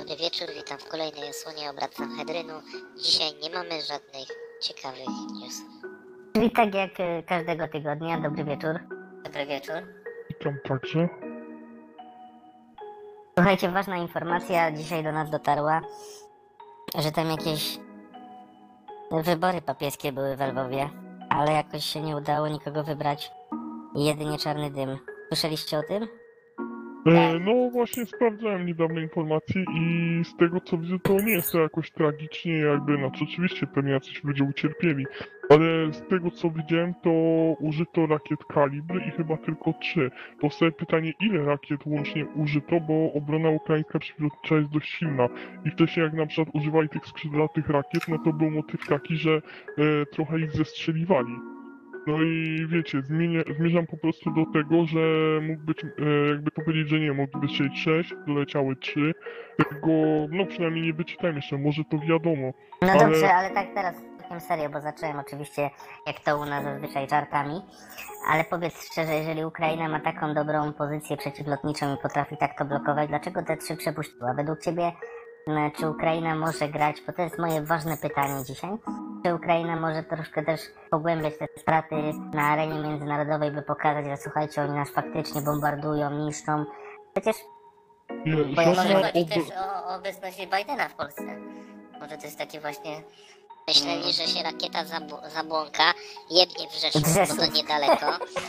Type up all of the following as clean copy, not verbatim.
dobry wieczór, witam w kolejnej odsłonie Obrad Sanhedrynu. Dzisiaj nie mamy żadnych ciekawych newsów. Czyli tak jak każdego tygodnia, dobry wieczór. Dobry wieczór. Witam także. Słuchajcie, ważna informacja dzisiaj do nas dotarła, że tam jakieś wybory papieskie były w Lwowie, ale jakoś się nie udało nikogo wybrać. Jedynie czarny dym. Słyszeliście o tym? No właśnie sprawdzałem niedawno informacje i z tego co widzę to nie jest to jakoś tragicznie jakby, znaczy oczywiście pewnie jacyś ludzie ucierpieli, ale z tego co widziałem to użyto rakiet kalibr i chyba tylko 3. Powstaje pytanie ile rakiet łącznie użyto, bo obrona ukraińska przeciwlotnicza jest dość silna i wcześniej jak na przykład używali tych skrzydlatych rakiet, no to był motyw taki, że trochę ich zestrzeliwali. No i wiecie, zmierzam po prostu do tego, że mógł być, jakby to powiedzieć, że nie, mogliby strzelić 6, doleciały 3, tego, no przynajmniej nie wyczytałem jeszcze, może to wiadomo. No Ale- dobrze, ale tak teraz całkiem serio, bo zacząłem oczywiście, jak to u nas zazwyczaj, żartami. Ale powiedz szczerze, jeżeli Ukraina ma taką dobrą pozycję przeciwlotniczą i potrafi tak to blokować, dlaczego te 3 przepuściła? Według ciebie, czy Ukraina może grać, bo to jest moje ważne pytanie dzisiaj, czy Ukraina może troszkę też pogłębiać te straty na arenie międzynarodowej, by pokazać, że słuchajcie, oni nas faktycznie bombardują, niszczą. Przecież Nie, Bo ja Może żadna chodzi też o obecność Bidena w Polsce. Może to jest takie właśnie... Myśleli, że się rakieta zabłąka, jebnie w Rzeszów, bo to niedaleko.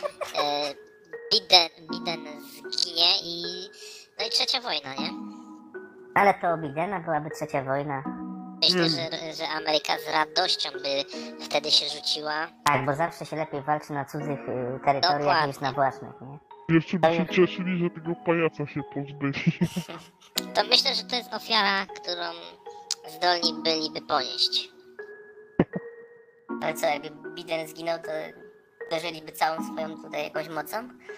Biden zginie i... No i trzecia wojna, nie? ale to o Bidena byłaby trzecia wojna. Myślę, że Ameryka z radością by wtedy się rzuciła. Tak, bo zawsze się lepiej walczy na cudzych terytoriach Dokładnie. niż na własnych, nie? jeszcze by się cieszyli, że tego pajaca się pozbyli. To myślę, że to jest ofiara, którą zdolni byliby ponieść. Ale co, jakby Biden zginął, to uderzyliby całą swoją tutaj jakąś mocą?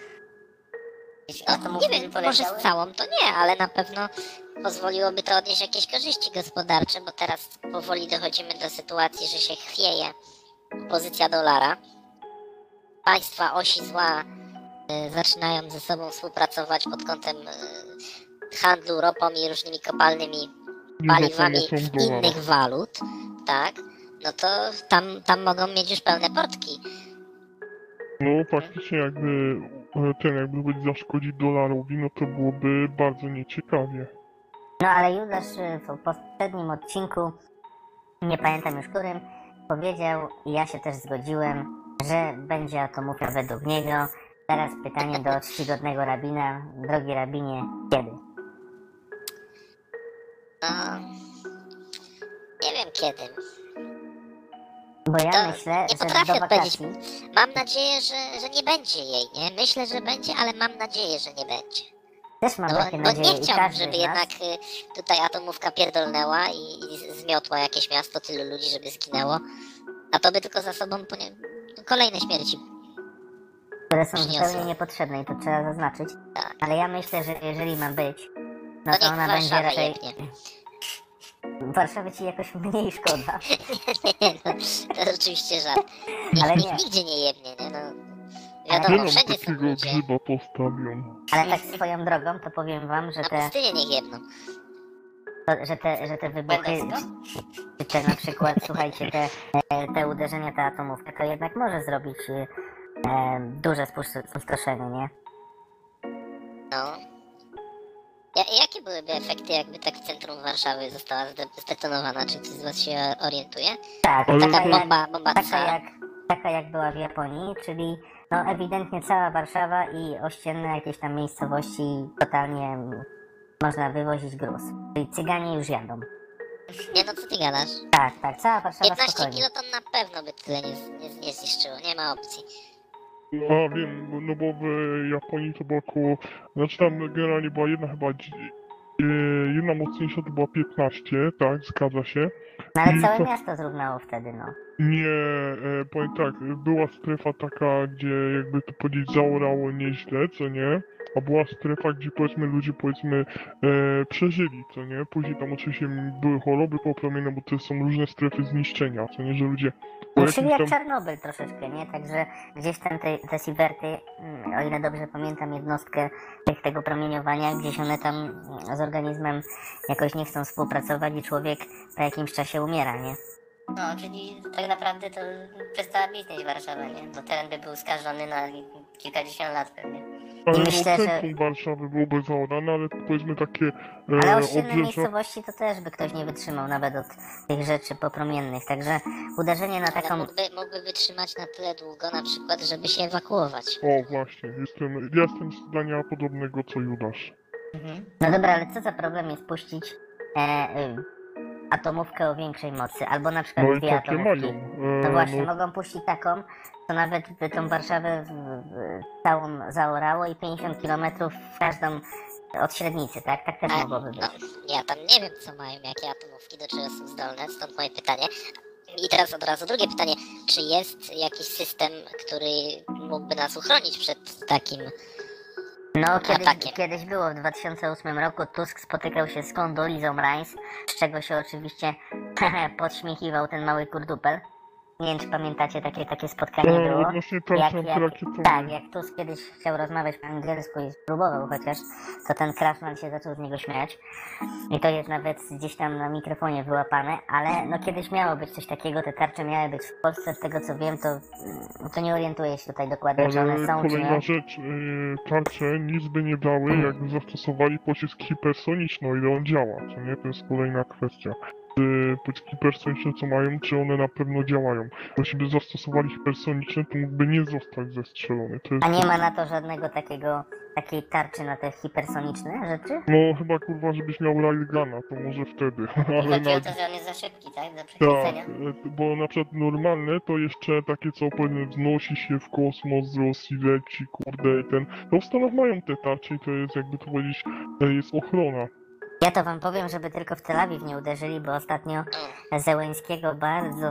Nie wiem, może z całą to nie, ale na pewno pozwoliłoby to odnieść jakieś korzyści gospodarcze, bo teraz powoli dochodzimy do sytuacji, że się chwieje pozycja dolara. Państwa osi zła zaczynają ze sobą współpracować pod kątem handlu ropą i różnymi kopalnymi Nie za paliwami pomocą dolara. innych walut, tak? No to tam mogą mieć już pełne portki. No faktycznie jakby jakby być zaszkodzić dolarowi, no to byłoby bardzo nieciekawie. No ale Judasz w poprzednim odcinku, nie pamiętam już którym, powiedział, i ja się też zgodziłem, że będzie atomówka według niego. Teraz pytanie do czcigodnego rabina. Drogi rabinie, kiedy? No, nie wiem kiedy. Bo ja To myślę, nie że potrafię do wakacji... Mam nadzieję, że nie będzie jej, nie? Myślę, że będzie, ale mam nadzieję, że nie będzie. Też mam No takie bo nadzieje nie i chciałbym, każdy żeby z nas... jednak tutaj atomówka pierdolnęła i zmiotła jakieś miasto, tylu ludzi, żeby zginęło. A to by tylko za sobą kolejne śmierci. które są przyniosła. zupełnie niepotrzebne i to trzeba zaznaczyć. Tak. Ale ja myślę, że jeżeli ma być, no To to niech ona będzie Warszawę raczej... jebnie. Warszawy ci jakoś mniej szkoda. No, to oczywiście żart. Ale Nikt nie. nigdzie nie jebnie, nie? No, Gdzie wiadomo, nam wszędzie są takiego ludzie. grzyba postawią? Ale tak swoją drogą, to powiem wam, że Na te, pustynię niech jebną. że te wybuchy, Będę czy te na przykład, słuchajcie, te uderzenia, ta atomówka, to jednak może zrobić duże spustoszenie, nie? No. Jakie byłyby efekty, jakby tak w centrum Warszawy została zdetonowana? Czy ktoś z was się orientuje? Tak, Ale Taka to- bomba C. taka jak była w Japonii, czyli no ewidentnie cała Warszawa i ościenne jakieś tam miejscowości totalnie można wywozić gruz. Czyli Cyganie już jadą. Nie no, co ty gadasz? Tak, cała Warszawa 15 spokojnie. kiloton na pewno by tyle nie zniszczyło, nie ma opcji. A wiem, no bo w Japonii to było około, znaczy tam generalnie była jedna chyba, jedna mocniejsza to była 15, tak, zgadza się. No ale I całe to- miasto zrównało wtedy, no. Nie, powiem tak, była strefa taka, gdzie jakby to powiedzieć zaorało nieźle, co nie? A była strefa, gdzie powiedzmy ludzie przeżyli, co nie? Później tam oczywiście były choroby poplamienne, bo to są różne strefy zniszczenia, co nie? Że ludzie po No, czyli jakimś jak tam... Czarnobyl troszeczkę, nie? Także gdzieś tam te siewerty, o ile dobrze pamiętam jednostkę tego promieniowania, gdzieś one tam z organizmem jakoś nie chcą współpracować i człowiek po jakimś czasie umiera, nie? No, czyli tak naprawdę to przestała istnieć Warszawa, nie? Bo teren by był skażony na kilkadziesiąt lat pewnie. Ale no, myślę, że- centrum Warszawy byłoby zaorane, ale powiedzmy takie Ale ościenne obrzeża... miejscowości to też by ktoś nie wytrzymał nawet od tych rzeczy popromiennych, także uderzenie na Ale taką... mógłby wytrzymać na tyle długo, na przykład, żeby się ewakuować. O, właśnie, jestem zdania podobnego co Judasz. No dobra, ale co za problem jest puścić atomówkę o większej mocy, albo na przykład No i dwie takie atomówki. mają. No właśnie, no, mogą puścić taką, to nawet by tą Warszawę całą zaorało i 50 km w każdą od średnicy, tak? Tak też mogłoby być. No, ja tam nie wiem, co mają, jakie atomówki, do czego są zdolne, stąd moje pytanie. I teraz od razu drugie pytanie. Czy jest jakiś system, który mógłby nas uchronić przed takim... No, atakiem? kiedyś było w 2008 roku, Tusk spotykał się z Condoleezą Rice, z czego się oczywiście podśmiechiwał ten mały kurdupel. Nie wiem, czy pamiętacie, takie spotkanie było. odnośnie tarczy antyrakietowej. Tak, jak Tusk kiedyś chciał rozmawiać po angielsku i spróbował chociaż, to ten Krasnal się zaczął z niego śmiać. I to jest nawet gdzieś tam na mikrofonie wyłapane, ale no kiedyś miało być coś takiego, te tarcze miały być w Polsce, z tego co wiem, to nie orientuję się tutaj dokładnie, czy one Ale są, czy kolejna nie. rzecz, tarcze nic by nie dały, jakby zastosowali pocisk hipersoniczny, o ile on działa, co nie? To jest kolejna kwestia. Czy pociski hipersoniczne co mają, czy one na pewno działają? Bo jeśli by zastosowali hipersoniczne, to mógłby nie zostać zestrzelony. To jest A nie ma na to żadnego takiej tarczy na te hipersoniczne rzeczy? No chyba kurwa, żebyś miał railguna, to może wtedy, ale Chodzi na... o to, że on jest za szybki, tak? Do Tak, przechwycenia. bo na przykład normalne to jeszcze takie co powiem wznosi się w kosmos z Rosji, leci, kurde i ten. No w Stanach mają te tarcze i to jest jakby to powiedzieć, jest ochrona. Ja to wam powiem, żeby tylko w Tel Awiw nie uderzyli, bo ostatnio Zełenskiego bardzo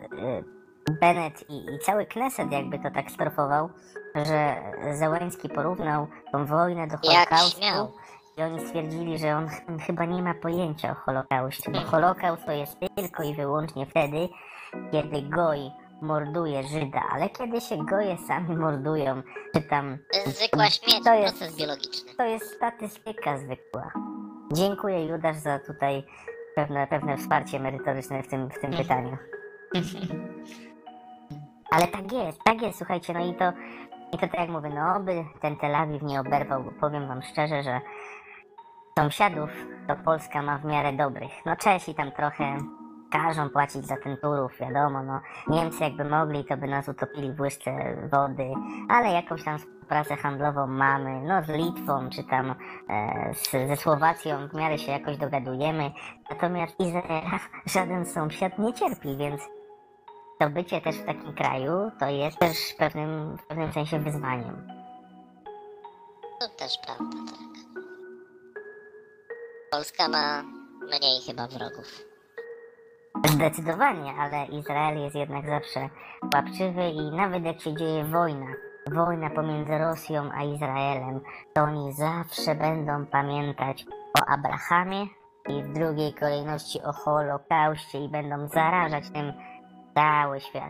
Bennett i cały Kneset jakby to tak strofował, że Zełenski porównał tą wojnę do Jak Holokaustu śmiał. i oni stwierdzili, że on chyba nie ma pojęcia o Holokauście, bo Holokaust to jest tylko i wyłącznie wtedy, kiedy Goj morduje Żyda, ale kiedy się Goje sami mordują, czy tam... To jest zwykła śmierć, To jest- proces biologiczny. To jest statystyka zwykła. Dziękuję Judasz za tutaj pewne wsparcie merytoryczne w tym pytaniu. Ale tak jest, słuchajcie, no i to tak jak mówię, no oby ten Tel Awiw nie oberwał, bo powiem wam szczerze, że sąsiadów to Polska ma w miarę dobrych. No Czesi tam trochę każą płacić za ten Turów, wiadomo, no Niemcy jakby mogli, to by nas utopili w łyżce wody, ale jakąś tam współpracę handlową mamy, no z Litwą, czy tam ze Słowacją w miarę się jakoś dogadujemy, natomiast Izraela żaden sąsiad nie cierpi, więc to bycie też w takim kraju to jest też w pewnym sensie wyzwaniem. To też prawda, tak. Polska ma mniej chyba wrogów. Zdecydowanie, ale Izrael jest jednak zawsze łapczywy i nawet jak się dzieje wojna pomiędzy Rosją a Izraelem, to oni zawsze będą pamiętać o Abrahamie i w drugiej kolejności o Holokauście i będą zarażać tym cały świat.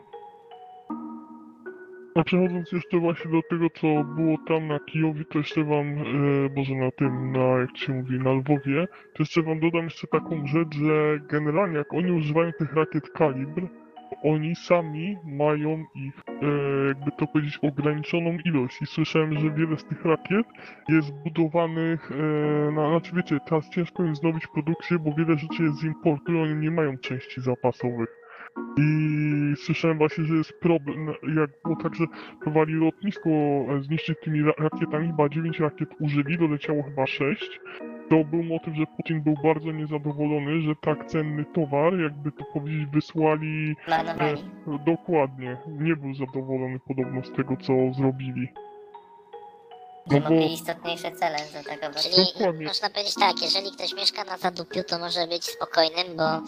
A przechodząc jeszcze właśnie do tego, co było tam na Kijowie, to jeszcze wam, może na tym, jak to się mówi, na Lwowie, to jeszcze wam dodam jeszcze taką rzecz, że generalnie jak oni używają tych rakiet kalibr, to oni sami mają ich, jakby to powiedzieć, ograniczoną ilość i słyszałem, że wiele z tych rakiet jest budowanych, znaczy wiecie, teraz ciężko im wznowić produkcję, bo wiele rzeczy jest z importu i oni nie mają części zapasowych. I słyszałem właśnie, że jest problem, jak było tak, że próbowali lotnisko zniszczyć tymi rakietami, chyba 9 rakiet użyli, doleciało chyba 6. To był motyw, że Putin był bardzo niezadowolony, że tak cenny towar, jakby to powiedzieć, wysłali Marnowali. dokładnie. Nie był zadowolony podobno z tego, co zrobili. Że No bo mogli istotniejsze cele zaatakować. Czyli Dokładnie. można powiedzieć tak, jeżeli ktoś mieszka na Zadupiu, to może być spokojnym, bo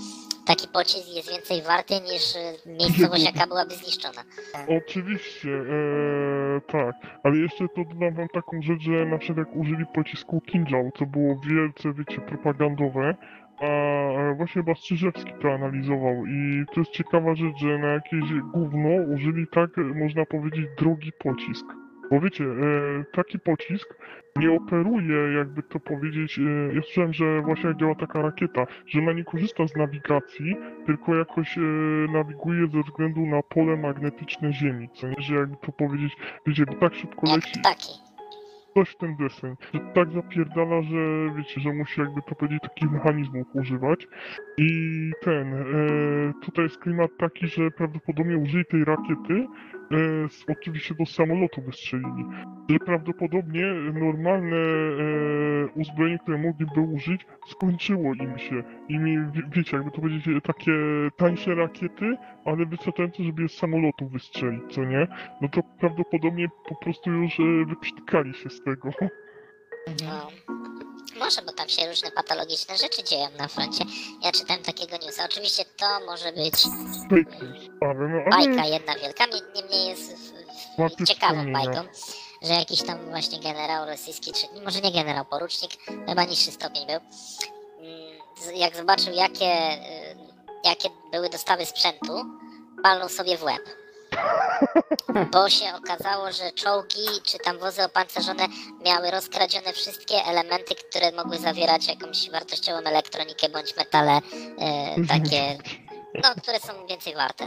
taki pocisk jest więcej warty niż miejscowość, jaka byłaby zniszczona. Oczywiście, tak, ale jeszcze to dodam wam taką rzecz, że na przykład jak użyli pocisku Kinjal, co było wielce, wiecie, propagandowe, a właśnie chyba Strzyżewski to analizował i to jest ciekawa rzecz, że na jakieś gówno użyli tak, można powiedzieć, drogi pocisk. Bo wiecie, taki pocisk nie operuje, jakby to powiedzieć, ja słyszałem, że właśnie jak działa taka rakieta, że ona nie korzysta z nawigacji, tylko jakoś nawiguje ze względu na pole magnetyczne Ziemi, co nie, że jakby to powiedzieć, wiecie, bo tak szybko Jak leci, ptaki. coś w ten deseń, że tak zapierdala, że wiecie, że musi jakby to powiedzieć takich mechanizmów używać i tutaj jest klimat taki, że prawdopodobnie użyli tej rakiety, oczywiście do samolotu wystrzelili, że prawdopodobnie normalne uzbrojenie, które mogliby użyć, skończyło im się i wiecie, jakby to powiedzieć, takie tańsze rakiety, ale wystarczające, żeby je z samolotu wystrzelić, co nie? No to prawdopodobnie po prostu już wyprztkali się z tego. No. Może, bo tam się różne patologiczne rzeczy dzieją na froncie. Ja czytałem takiego newsa. Oczywiście to może być Fake news, ale bajka jedna wielka. Niemniej jest Warte ciekawą wspomnienia. bajką, że jakiś tam właśnie generał rosyjski, czy może nie generał, porucznik, chyba niższy stopień był, jak zobaczył jakie były dostawy sprzętu, palnął sobie w łeb. Bo się okazało, że czołgi czy tam wozy opancerzone miały rozkradzione wszystkie elementy, które mogły zawierać jakąś wartościową elektronikę bądź metale takie, no, które są więcej warte.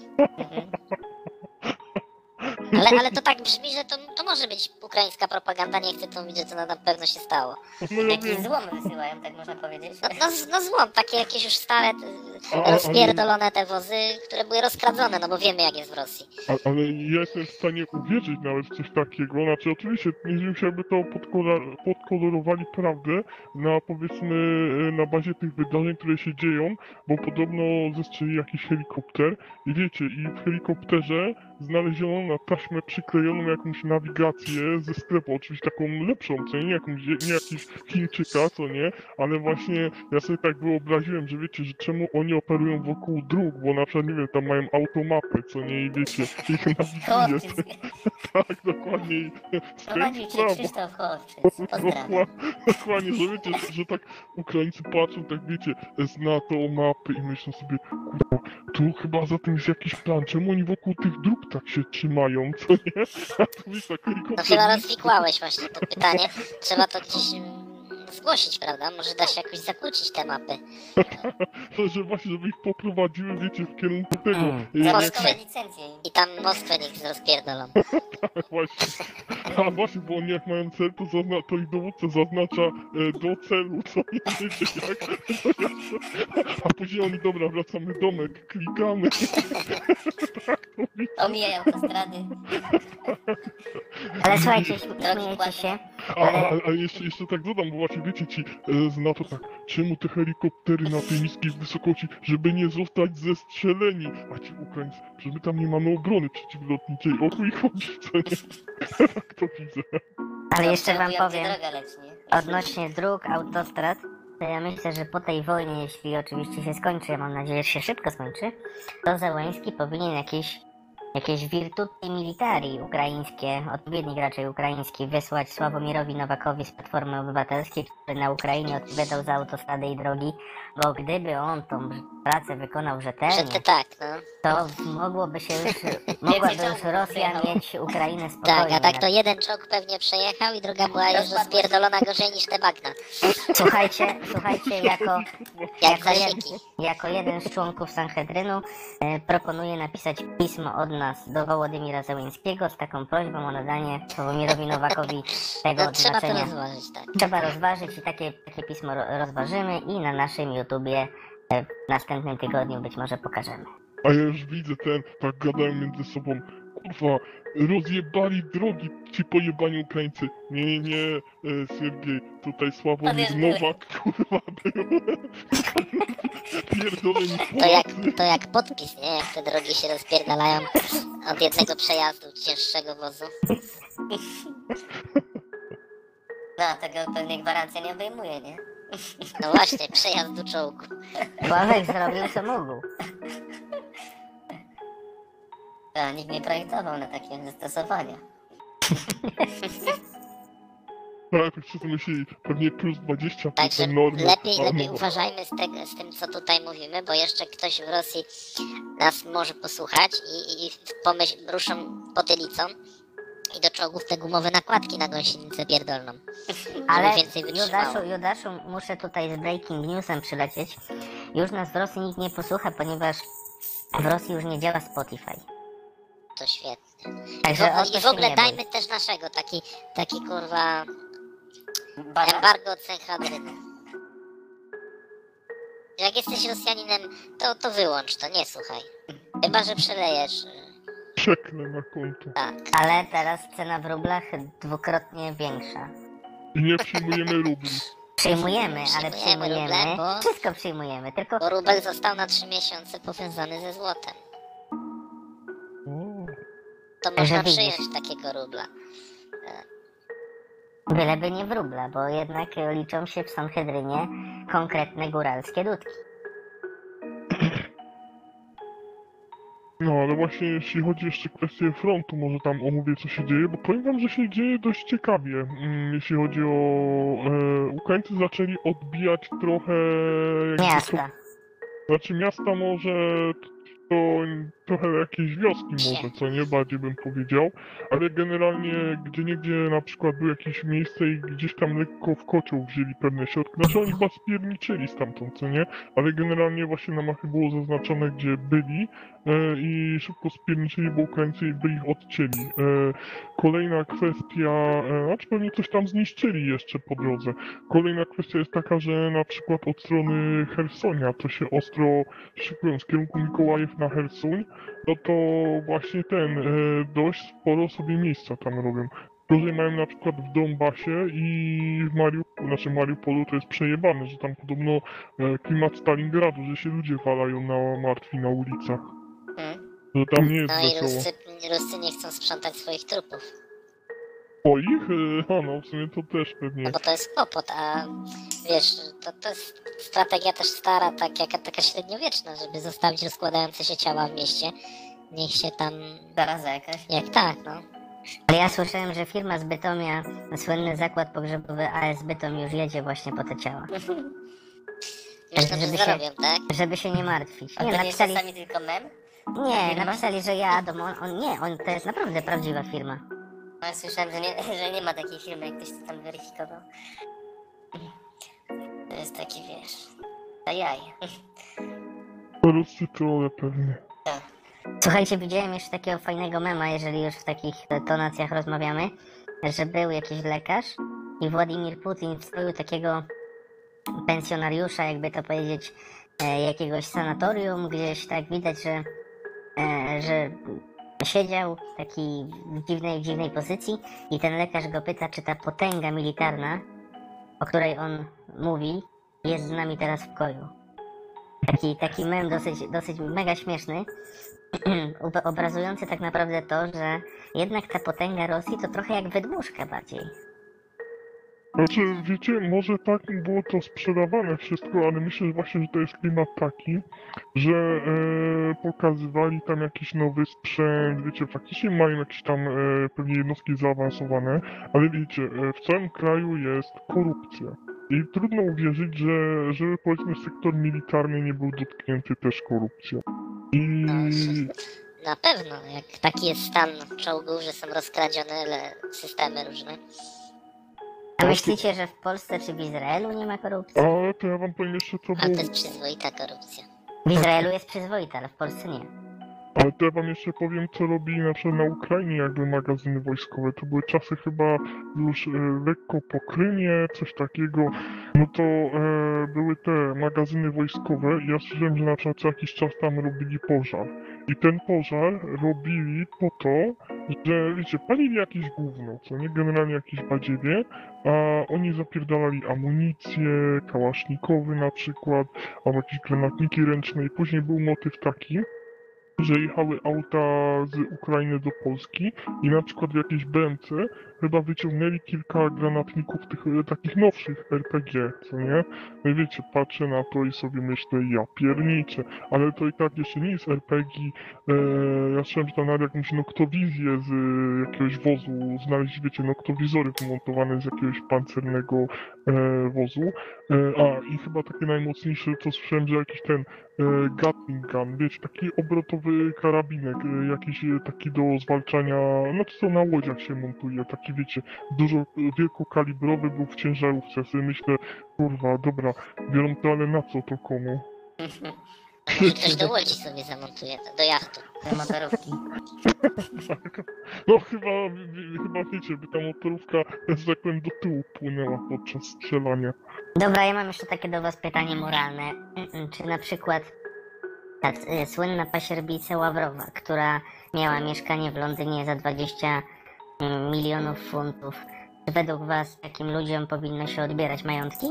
Ale to tak brzmi, że to może być ukraińska propaganda, nie chcę tu mówić, że to na pewno się stało. No ja Jakiś wiem, złom wysyłają, tak można powiedzieć. No złom, takie jakieś już stare, rozpierdolone te wozy, które były rozkradzone, no bo wiemy jak jest w Rosji. ale ja jestem w stanie uwierzyć nawet w coś takiego, znaczy oczywiście nie dziwię się, jakby to podkolorowali prawdę na powiedzmy na bazie tych wydarzeń, które się dzieją, bo podobno zestrzelili jakiś helikopter i wiecie, i w helikopterze znaleziono na taśmę przyklejoną jakąś nawigację ze sklepu, oczywiście taką lepszą, co nie jakiś Chińczyka, co nie, ale właśnie ja sobie tak wyobraziłem, że wiecie, że czemu oni operują wokół dróg, bo na przykład, nie wiem, tam mają automapy, co nie, i wiecie, ich nawiguje, Chłopczyc, tak, dokładnie, i prowadził cię prawo. Krzysztof Chłopczyc. Pozdrawiam. Dokładnie, że wiecie, że tak Ukraińcy patrzą, tak wiecie, zna to mapy i myślą sobie, kurwa, tu chyba za tym jest jakiś plan, czemu oni wokół tych dróg tak się trzymają, co nie? A tu wiesz, tak No helikopter... chyba rozwikłałeś właśnie to pytanie. Trzeba to gdzieś zgłosić, prawda? Może da się jakoś zakłócić te mapy. że właśnie, żeby ich poprowadziły, wiecie, w kierunku tego. Założkowe licencje. I tam Moskwę niech rozpierdolą. Tak, właśnie. A właśnie, bo oni jak mają cel, to ich dowódca zaznacza do celu, co nie wiecie jak. A później oni, dobra, wracamy domek, klikamy. Tak, to widzę. Omijają autostrady. Ale słuchajcie, śmiejecie się. A jeszcze tak dodam, bo właśnie wiecie ci z NATO tak, czemu te helikoptery na tej niskiej wysokości, żeby nie zostać zestrzeleni, a ci Ukraińcy, że my tam nie mamy obrony przeciwlotniczej, o chuj chodzi, co nie? Tak to widzę. Ale jeszcze wam Obserwują, gdzie powiem, droga leci, nie? odnośnie dróg, autostrad, to ja myślę, że po tej wojnie, jeśli oczywiście się skończy, ja mam nadzieję, że się szybko skończy, to Zełenski powinien jakieś virtuti militari ukraińskie, odpowiednik raczej ukraiński, wysłać Sławomirowi Nowakowi z Platformy Obywatelskiej, który na Ukrainie odpowiadał za autostrady i drogi, bo gdyby on tą pracę wykonał rzetelnie, Tak, no. to mogłaby już Rosja mieć Ukrainę spokojnie. Tak, a tak to jeden czołg pewnie przejechał i druga była już rozpierdolona gorzej niż te bagna. Słuchajcie, Jak zasieki. jako jeden z członków Sanhedrynu proponuję napisać pismo od nas do Wołodymira Zełenskiego z taką prośbą o nadanie Sławomirowi Nowakowi tego No trzeba to odznaczenia. rozważyć, tak. Trzeba rozważyć i takie pismo rozważymy i na naszym YouTubie w następnym tygodniu być może pokażemy. A ja już widzę tak gadają między sobą, kurwa, rozjebali drogi ci pojebani Ukraińcy. Nie, Siergiej, tutaj Sławomir Nowak, kurwa, był. Pierdoleni Polacy. To jak podpis, nie? Jak te drogi się rozpierdalają od jednego przejazdu cięższego wozu. No, tego pewnie gwarancja nie obejmuje, nie? No właśnie, przejazdu czołgu. Sławek zrobił co mógł. A nikt nie projektował na takie zastosowania. Tak, tak wszyscy myśleli, pewnie plus 20% Także normy. lepiej uważajmy z tym, co tutaj mówimy, bo jeszcze ktoś w Rosji nas może posłuchać i ruszą potylicą i do czołgów te gumowe nakładki na gąsienicę pierdolną. Ale Żeby więcej wytrzymało. Judaszu, muszę tutaj z breaking newsem przylecieć. Już nas w Rosji nikt nie posłucha, ponieważ w Rosji już nie działa Spotify. To świetnie. Także o to I w się ogóle nie bój. dajmy też naszego, taki kurwa Bana. embargo od Senhadryny. Jak jesteś Rosjaninem, to wyłącz to, nie słuchaj. Chyba, że przelejesz. Przeklę na konto. Tak. Ale teraz cena w rublach dwukrotnie większa. I nie przyjmujemy rubli. Przyjmujemy, ale Przyjmujemy przyjmujemy. ruble, bo- Wszystko przyjmujemy, tylko Bo rubel został na 3 miesiące powiązany ze złotem. O, To można widzisz. przyjąć takiego rubla. byleby nie w rubla, bo jednak liczą się w Sanhedrynie konkretne góralskie dudki. no ale właśnie jeśli chodzi jeszcze o kwestię frontu, może tam omówię co się dzieje, bo powiem wam, że się dzieje dość ciekawie. Jeśli chodzi o... Ukraińcy zaczęli odbijać trochę... jakby to- Miasta. Znaczy miasta może to trochę jakieś wioski może, co nie, bardziej bym powiedział, ale generalnie gdzieniegdzie na przykład było jakieś miejsce i gdzieś tam lekko w kocioł wzięli pewne środki, znaczy oni chyba spierniczyli stamtąd, co nie, ale generalnie właśnie na mapie było zaznaczone, gdzie byli i szybko spierniczyli, bo Ukraińcy by ich odcięli. Kolejna kwestia, znaczy pewnie coś tam zniszczyli jeszcze po drodze. Kolejna kwestia jest taka, że na przykład od strony Hersonia to się ostro szykują z kierunku Mikołajów na Hersoń, no to właśnie dość sporo sobie miejsca tam robią. Gorzej mają na przykład w Donbasie i w Mariupolu to jest przejebane, że tam podobno klimat Stalingradu, że się ludzie walają na martwi na ulicach. Hmm? Że tam nie jest No i wesoło. Ruscy nie chcą sprzątać swoich trupów. Swoich? No w sumie to też pewnie. No bo to jest kłopot, a wiesz, to jest strategia też stara, taka średniowieczna, żeby zostawić rozkładające się ciała w mieście. Niech się tam... Zaraza jakaś. Jak tak, no. Ale ja słyszałem, że firma z Bytomia, słynny zakład pogrzebowy AS Bytom już jedzie właśnie po te ciała. Myślę, że Żeby się- zarobią, tak? Żeby się nie martwić. A Nie, to nie jest napisali, czasami tylko mem? nie, firma? napisali, że jadą. To jest naprawdę prawdziwa firma. No, ja słyszałem, że nie ma takiej firmy, jak ktoś to tam weryfikował. To jest taki, wiesz, za jaj. Ruscy trolle pewnie. Słuchajcie, widziałem jeszcze takiego fajnego mema, jeżeli już w takich tonacjach rozmawiamy, że był jakiś lekarz i Władimir Putin wstawił takiego pensjonariusza, jakby to powiedzieć, jakiegoś sanatorium, gdzieś tak widać, że siedział taki w dziwnej pozycji i ten lekarz go pyta, czy ta potęga militarna, o której on mówi, jest z nami teraz w pokoju. Taki mem dosyć mega śmieszny, obrazujący tak naprawdę to, że jednak ta potęga Rosji to trochę jak wydmuszka bardziej. Znaczy, wiecie, może tak było to sprzedawane wszystko, ale myślę że właśnie, że to jest klimat taki, że pokazywali tam jakiś nowy sprzęt, wiecie, faktycznie mają jakieś tam pewnie jednostki zaawansowane, ale wiecie, w całym kraju jest korupcja. I trudno uwierzyć, że powiedzmy sektor militarny nie był dotknięty też korupcją. I Na pewno, jak taki jest stan czołgów, że są rozkradzione systemy różne. A myślicie, że w Polsce czy w Izraelu nie ma korupcji? ale to ja wam powiem jeszcze co Ale było. to jest przyzwoita korupcja. W Izraelu jest przyzwoita, ale w Polsce nie. Ale to ja wam jeszcze powiem, co robili na przykład na Ukrainie, jakby magazyny wojskowe. To były czasy chyba już lekko po Krymie, coś takiego. No to były te magazyny wojskowe i ja słyszałem, że na przykład co jakiś czas tam robili pożar. I ten pożar robili po to, że wiecie, palili jakieś gówno, co nie, generalnie jakieś badziewie, a oni zapierdalali amunicję, kałasznikowy na przykład, albo jakieś granatniki ręczne i później był motyw taki, że jechały auta z Ukrainy do Polski i na przykład w jakiejś BMC chyba wyciągnęli kilka granatników tych takich nowszych RPG, co nie? No i wiecie, patrzę na to i sobie myślę, ja pierniczę, ale to i tak jeszcze nie jest RPG. Ja słyszałem, że tam nawet jakąś noktowizję z jakiegoś wozu znaleźli, wiecie, noktowizory wymontowane z jakiegoś pancernego wozu. I chyba takie najmocniejsze, to słyszałem, że jakiś ten Gatling Gun, wiecie, taki obrotowy karabinek, jakiś taki do zwalczania, no to co na łodziach się montuje, taki wiecie, dużo wielkokalibrowy był w ciężarówce. Ja sobie myślę, kurwa, dobra, biorą to, ale na co to komu? A może ktoś do łodzi sobie zamontuje, do jachtu. Te motorówki. No chyba wiecie, by ta motorówka, że tak powiem, do tyłu płynęła podczas strzelania. Dobra, ja mam jeszcze takie do was pytanie moralne. Czy na przykład ta słynna pasierbica Ławrowa, która miała mieszkanie w Londynie za 20 milionów funtów, czy według was takim ludziom powinno się odbierać majątki?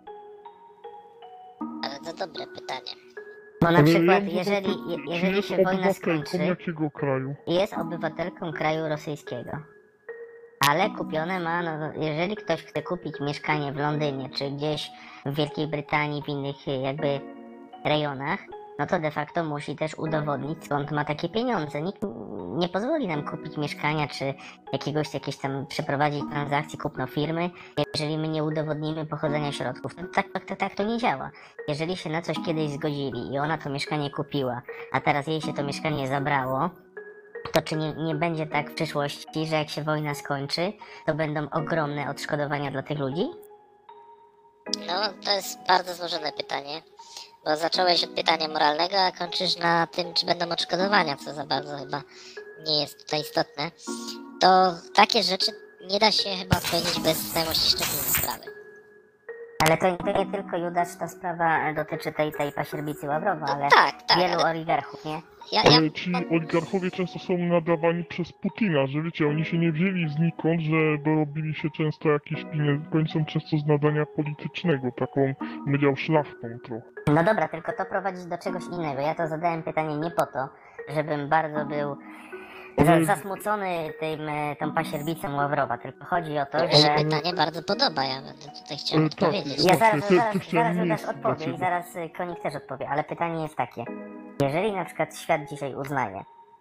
Ale to dobre pytanie. Bo na Ale przykład, ja jeżeli się wojna obywatelką skończy, jakiego kraju? jest obywatelką kraju rosyjskiego, ale kupione ma, no, jeżeli ktoś chce kupić mieszkanie w Londynie, czy gdzieś w Wielkiej Brytanii, w innych jakby rejonach, no to de facto musi też udowodnić, skąd ma takie pieniądze. Nikt nie pozwoli nam kupić mieszkania, czy jakieś tam przeprowadzić transakcji, kupno firmy, jeżeli my nie udowodnimy pochodzenia środków. Tak to nie działa. Jeżeli się na coś kiedyś zgodzili i ona to mieszkanie kupiła, a teraz jej się to mieszkanie zabrało, to czy nie będzie tak w przyszłości, że jak się wojna skończy, to będą ogromne odszkodowania dla tych ludzi? No, to jest bardzo złożone pytanie, bo zacząłeś od pytania moralnego, a kończysz na tym, czy będą odszkodowania, co za bardzo chyba nie jest tutaj istotne. To takie rzeczy nie da się chyba odpowiedzieć bez znajomości szczegółów sprawy. Ale to nie tylko Judasz, ta sprawa dotyczy tej pasierbicy Ławrowa, ale Tak, wielu ale oligarchów, nie? ja Ale ci oligarchowie często są nadawani przez Putina, że wiecie, oni się nie wzięli znikąd, że dorobili się często jakieś pieniądze, oni są często z nadania politycznego, taką, powiedział, szlachtą trochę. No dobra, tylko to prowadzi do czegoś innego. Ja to zadałem pytanie nie po to, żebym bardzo był zasmucony tą pasierbicą Ławrowa, tylko chodzi o to, mi się że... pytanie bardzo podoba, ja będę tutaj chciał Tak, odpowiedzieć. Ja Właśnie, zaraz też chciałem Judasz miejsce dla odpowie i ciebie. zaraz Konik też odpowie, ale pytanie jest takie. Jeżeli na przykład świat dzisiaj uznaje,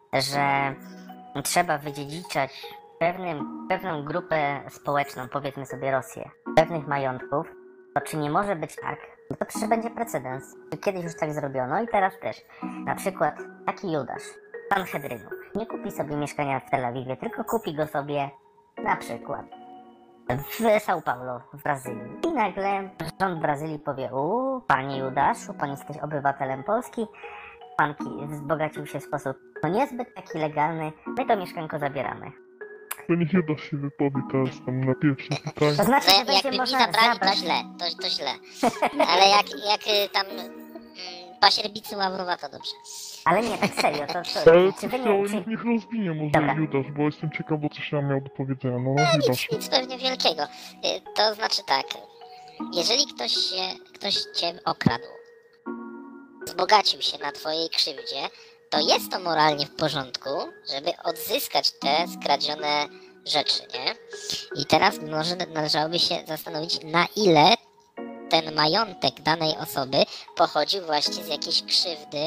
że trzeba wydziedziczać pewną grupę społeczną, powiedzmy sobie Rosję, pewnych majątków, to czy nie może być tak, bo to przecież będzie precedens. Kiedyś już tak zrobiono i teraz też. Na przykład taki Judasz, pan Hedrynów, nie kupi sobie mieszkania w Tel Awiwie, tylko kupi go sobie na przykład w São Paulo, w Brazylii. I nagle rząd Brazylii powie: panie Judaszu, pan jesteś obywatelem Polski, pan wzbogacił się w sposób niezbyt taki legalny, my to mieszkanko zabieramy. To niech Judasz się wypowie teraz tam na pierwsze pytanie. To znaczy, No, że jakby będzie mi można zabrali, zabrać... to źle, to źle. Ale jak tam pasierbicy Ławrowa, to dobrze. Ale nie, tak serio, Ale czy coś wy to nie... niech rozwinie może Dobra. Judasz, bo jestem ciekaw, bo coś nam miał do powiedzenia. No Judasz. Nic pewnie wielkiego. To znaczy tak, jeżeli ktoś cię okradł, wzbogacił się na twojej krzywdzie, to jest to moralnie w porządku, żeby odzyskać te skradzione rzeczy, nie? I teraz może należałoby się zastanowić, na ile ten majątek danej osoby pochodził właśnie z jakiejś krzywdy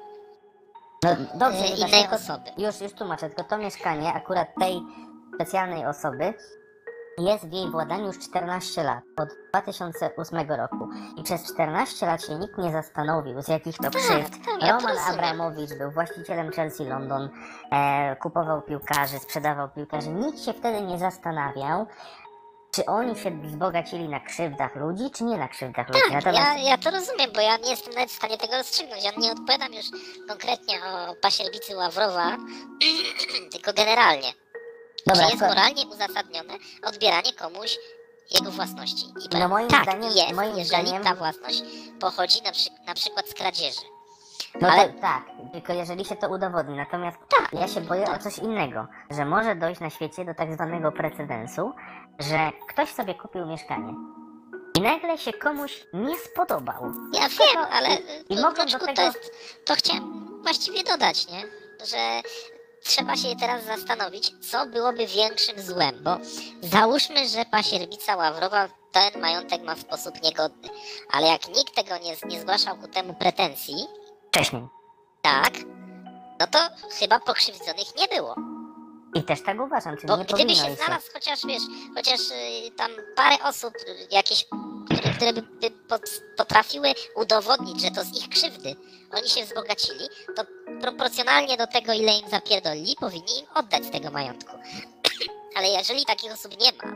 No dobrze, Judasz, innej ja osoby. już tłumaczę, tylko to mieszkanie akurat tej specjalnej osoby jest w jej władaniu już 14 lat, od 2008 roku. I przez 14 lat się nikt nie zastanowił, z jakich to krzywd. ja to Roman rozumiem. Abramowicz był właścicielem Chelsea London, kupował piłkarzy, sprzedawał piłkarzy. Nikt się wtedy nie zastanawiał, czy oni się wzbogacili na krzywdach ludzi, czy nie na krzywdach ludzi. Tak, ja to rozumiem, bo ja nie jestem nawet w stanie tego rozstrzygnąć. Ja nie odpowiadam już konkretnie o pasierbicy Ławrowa, tylko generalnie. Dobra, Czy jest to- moralnie uzasadnione odbieranie komuś jego własności? I No powiem, moim tak, zdaniem- jest, moim jeżeli zdaniem- ta własność pochodzi na przykład z kradzieży. No Ale- to tak, tylko jeżeli się to udowodni. Natomiast ja się boję o coś innego, że może dojść na świecie do tak zwanego precedensu, że ktoś sobie kupił mieszkanie i nagle się komuś nie spodobał. Ja wiem, ale i to, mogą do Boczku, tego- to chciałem właściwie dodać, nie? Że trzeba się teraz zastanowić, co byłoby większym złem, bo załóżmy, że Pasierbica Ławrowa ten majątek ma w sposób niegodny, ale jak nikt tego nie zgłaszał ku temu pretensji, Wcześniej. tak, no to chyba pokrzywdzonych nie było. I też tak uważam, czyli Bo nie gdyby powinno się ich znalazł chociaż tam parę osób jakieś, które by potrafiły udowodnić, że to z ich krzywdy oni się wzbogacili, to proporcjonalnie do tego, ile im zapierdolili, powinni im oddać z tego majątku. Ale jeżeli takich osób nie ma,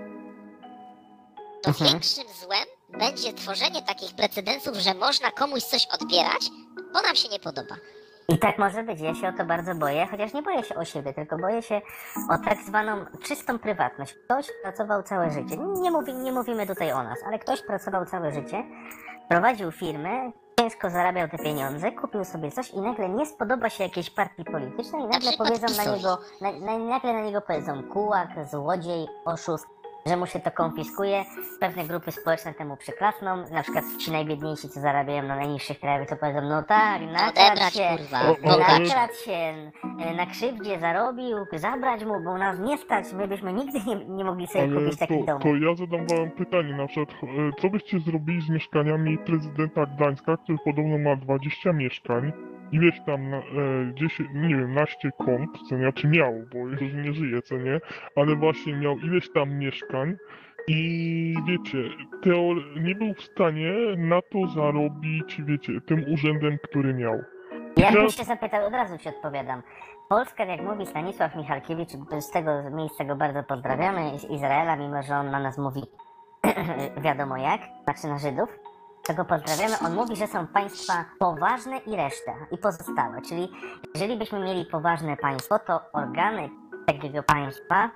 to większym złem będzie tworzenie takich precedensów, że można komuś coś odbierać, bo nam się nie podoba. I tak może być, ja się o to bardzo boję, chociaż nie boję się o siebie, tylko boję się o tak zwaną czystą prywatność. Ktoś pracował całe życie, nie mówimy tutaj o nas, ale ktoś pracował całe życie, prowadził firmę, ciężko zarabiał te pieniądze, kupił sobie coś i nagle nie spodoba się jakiejś partii politycznej i nagle przykład powiedzą na PiS-owi. niego, nagle na niego powiedzą kułak, złodziej, oszust, że mu się to konfiskuje, pewne grupy społeczne temu przyklasną, na przykład ci najbiedniejsi, co zarabiają na najniższych krajach, to powiedzą, no tak, nakradł Odebrać, się, kurwa, nakradł się, na krzywdzie zarobił, zabrać mu, bo nas nie stać, my byśmy nigdy nie mogli sobie Ale kupić takich to domów. ja zadam wam pytanie, na przykład, co byście zrobili z mieszkaniami prezydenta Gdańska, który podobno ma 20 mieszkań, ileś tam, 10, nie wiem, naście kont, co nie, czy miał, bo już nie żyje, co nie, ale właśnie miał ileś tam mieszkań i wiecie, nie był w stanie na to zarobić, wiecie, tym urzędem, który miał. Jakbyś się zapytał, od razu ci odpowiadam. Polska, jak mówi Stanisław Michalkiewicz, z tego miejsca go bardzo pozdrawiamy, z Izraela, mimo że on na nas mówi wiadomo jak, znaczy na Żydów, to go pozdrawiamy. On mówi, że są państwa poważne i reszta, i pozostałe. Czyli jeżeli byśmy mieli poważne państwo, to organy takiego państwa,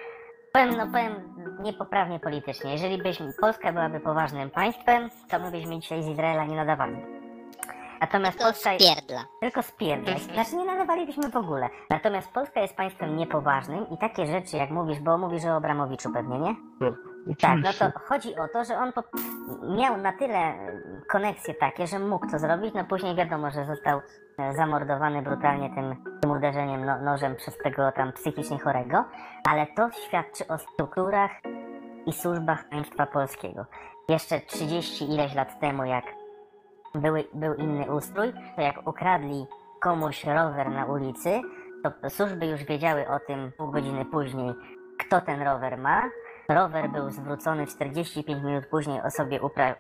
powiem niepoprawnie politycznie, jeżeli Polska byłaby poważnym państwem, to my byśmy dzisiaj z Izraela nie nadawali. Natomiast To Polska spierdla. tylko spierdać. Znaczy nie nadawalibyśmy w ogóle. Natomiast Polska jest państwem niepoważnym i takie rzeczy, jak mówisz, bo mówisz o Abramowiczu pewnie, nie? Tak, no Oczywiście. to chodzi o to, że on miał na tyle koneksje takie, że mógł to zrobić, no później wiadomo, że został zamordowany brutalnie tym uderzeniem nożem przez tego tam psychicznie chorego, ale to świadczy o strukturach i służbach państwa polskiego. Jeszcze 30 ileś lat temu, jak był inny ustrój, to jak ukradli komuś rower na ulicy, to służby już wiedziały o tym pół godziny później, kto ten rower ma. Rower był zwrócony 45 minut później osobie,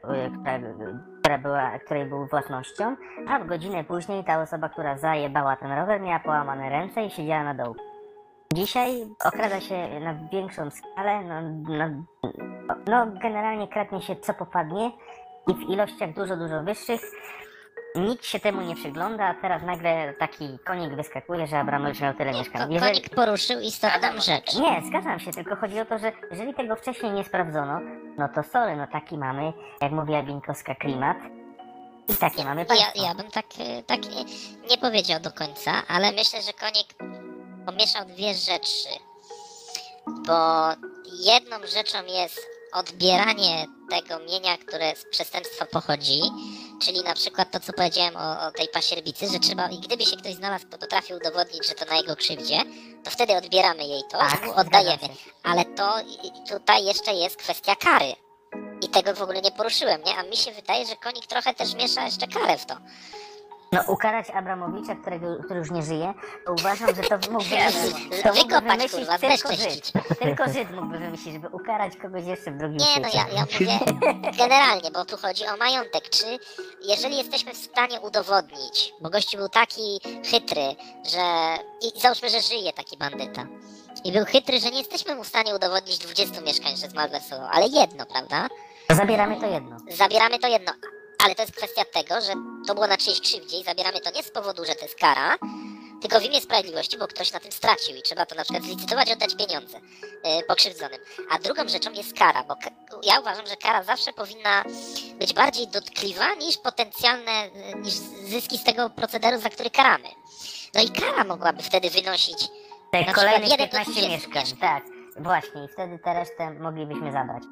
której był własnością, a w godzinę później ta osoba, która zajebała ten rower, miała połamane ręce i siedziała na dołku. Dzisiaj okrada się na większą skalę, no generalnie kradnie się co popadnie i w ilościach dużo wyższych. Nikt się temu nie przygląda, a teraz nagle taki konik wyskakuje, że Abramowicz miał tyle mieszkań. Konik poruszył istotną rzecz. Nie, zgadzam się, tylko chodzi o to, że jeżeli tego wcześniej nie sprawdzono, no to sorry, no taki mamy, jak mówiła Bieńkowska, klimat i takie mamy państwo. Ja bym tak nie powiedział do końca, ale myślę, że Konik pomieszał dwie rzeczy. Bo jedną rzeczą jest odbieranie tego mienia, które z przestępstwa pochodzi, czyli na przykład to, co powiedziałem o tej pasierbicy, że trzeba, i gdyby się ktoś znalazł, kto potrafił udowodnić, że to na jego krzywdzie, to wtedy odbieramy jej to Tak, i mu oddajemy. zgadzam się. Ale tutaj jeszcze jest kwestia kary. I tego w ogóle nie poruszyłem, nie? A mi się wydaje, że Konik trochę też miesza jeszcze karę w to. No ukarać Abramowicza, który już nie żyje, to uważam, że to mógłby Wykopać, wymyślić kurwa, tylko zbezcześcić. Żyd. Tylko Żyd mógłby wymyślić, żeby ukarać kogoś jeszcze w drugim Nie, no świecie. ja mówię generalnie, bo tu chodzi o majątek. Czy jeżeli jesteśmy w stanie udowodnić, bo gościu był taki chytry, że... I załóżmy, że żyje taki bandyta. I był chytry, że nie jesteśmy mu w stanie udowodnić 20 mieszkań, że zmalwersował, ale jedno, prawda? To zabieramy to jedno. Zabieramy to jedno, ale to jest kwestia tego, że to było na czyjejś krzywdzie i zabieramy to nie z powodu, że to jest kara, tylko w imię sprawiedliwości, bo ktoś na tym stracił i trzeba to na przykład zlicytować i oddać pieniądze pokrzywdzonym. A drugą rzeczą jest kara, bo ja uważam, że kara zawsze powinna być bardziej dotkliwa niż potencjalne, niż zyski z tego procederu, za który karamy. No i kara mogłaby wtedy wynosić Te na kolejnych przykład 1 do 15 20 mieszkań, tak. Właśnie, i wtedy tę resztę moglibyśmy zabrać.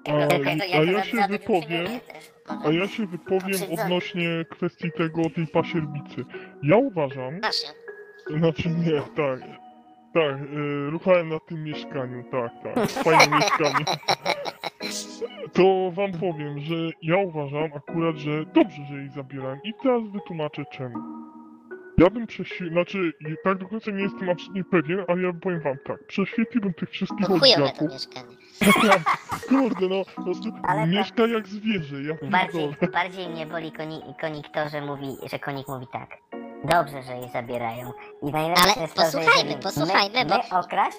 A ja się wypowiem odnośnie kwestii tej pasierbicy. Ja uważam, Właśnie. znaczy nie, tak. Tak, ruchałem na tym mieszkaniu, tak. Fajne mieszkanie. To wam powiem, że ja uważam akurat, że dobrze, że jej zabierałem i teraz wytłumaczę czemu. Ja bym znaczy, tak do końca nie jestem absolutnie pewien, ale ja powiem wam tak, prześwietliłbym tych wszystkich No chujowe to oligarchów. mieszkanie. Kurde, no, po prostu Ale to- mieszka jak zwierzę, ja pierdolę. Bardziej mnie boli konik to, że konik mówi tak. Dobrze, że jej zabierają. I najlepsze Ale jest to, że posłuchajmy, jeżeli posłuchajmy, my okraść,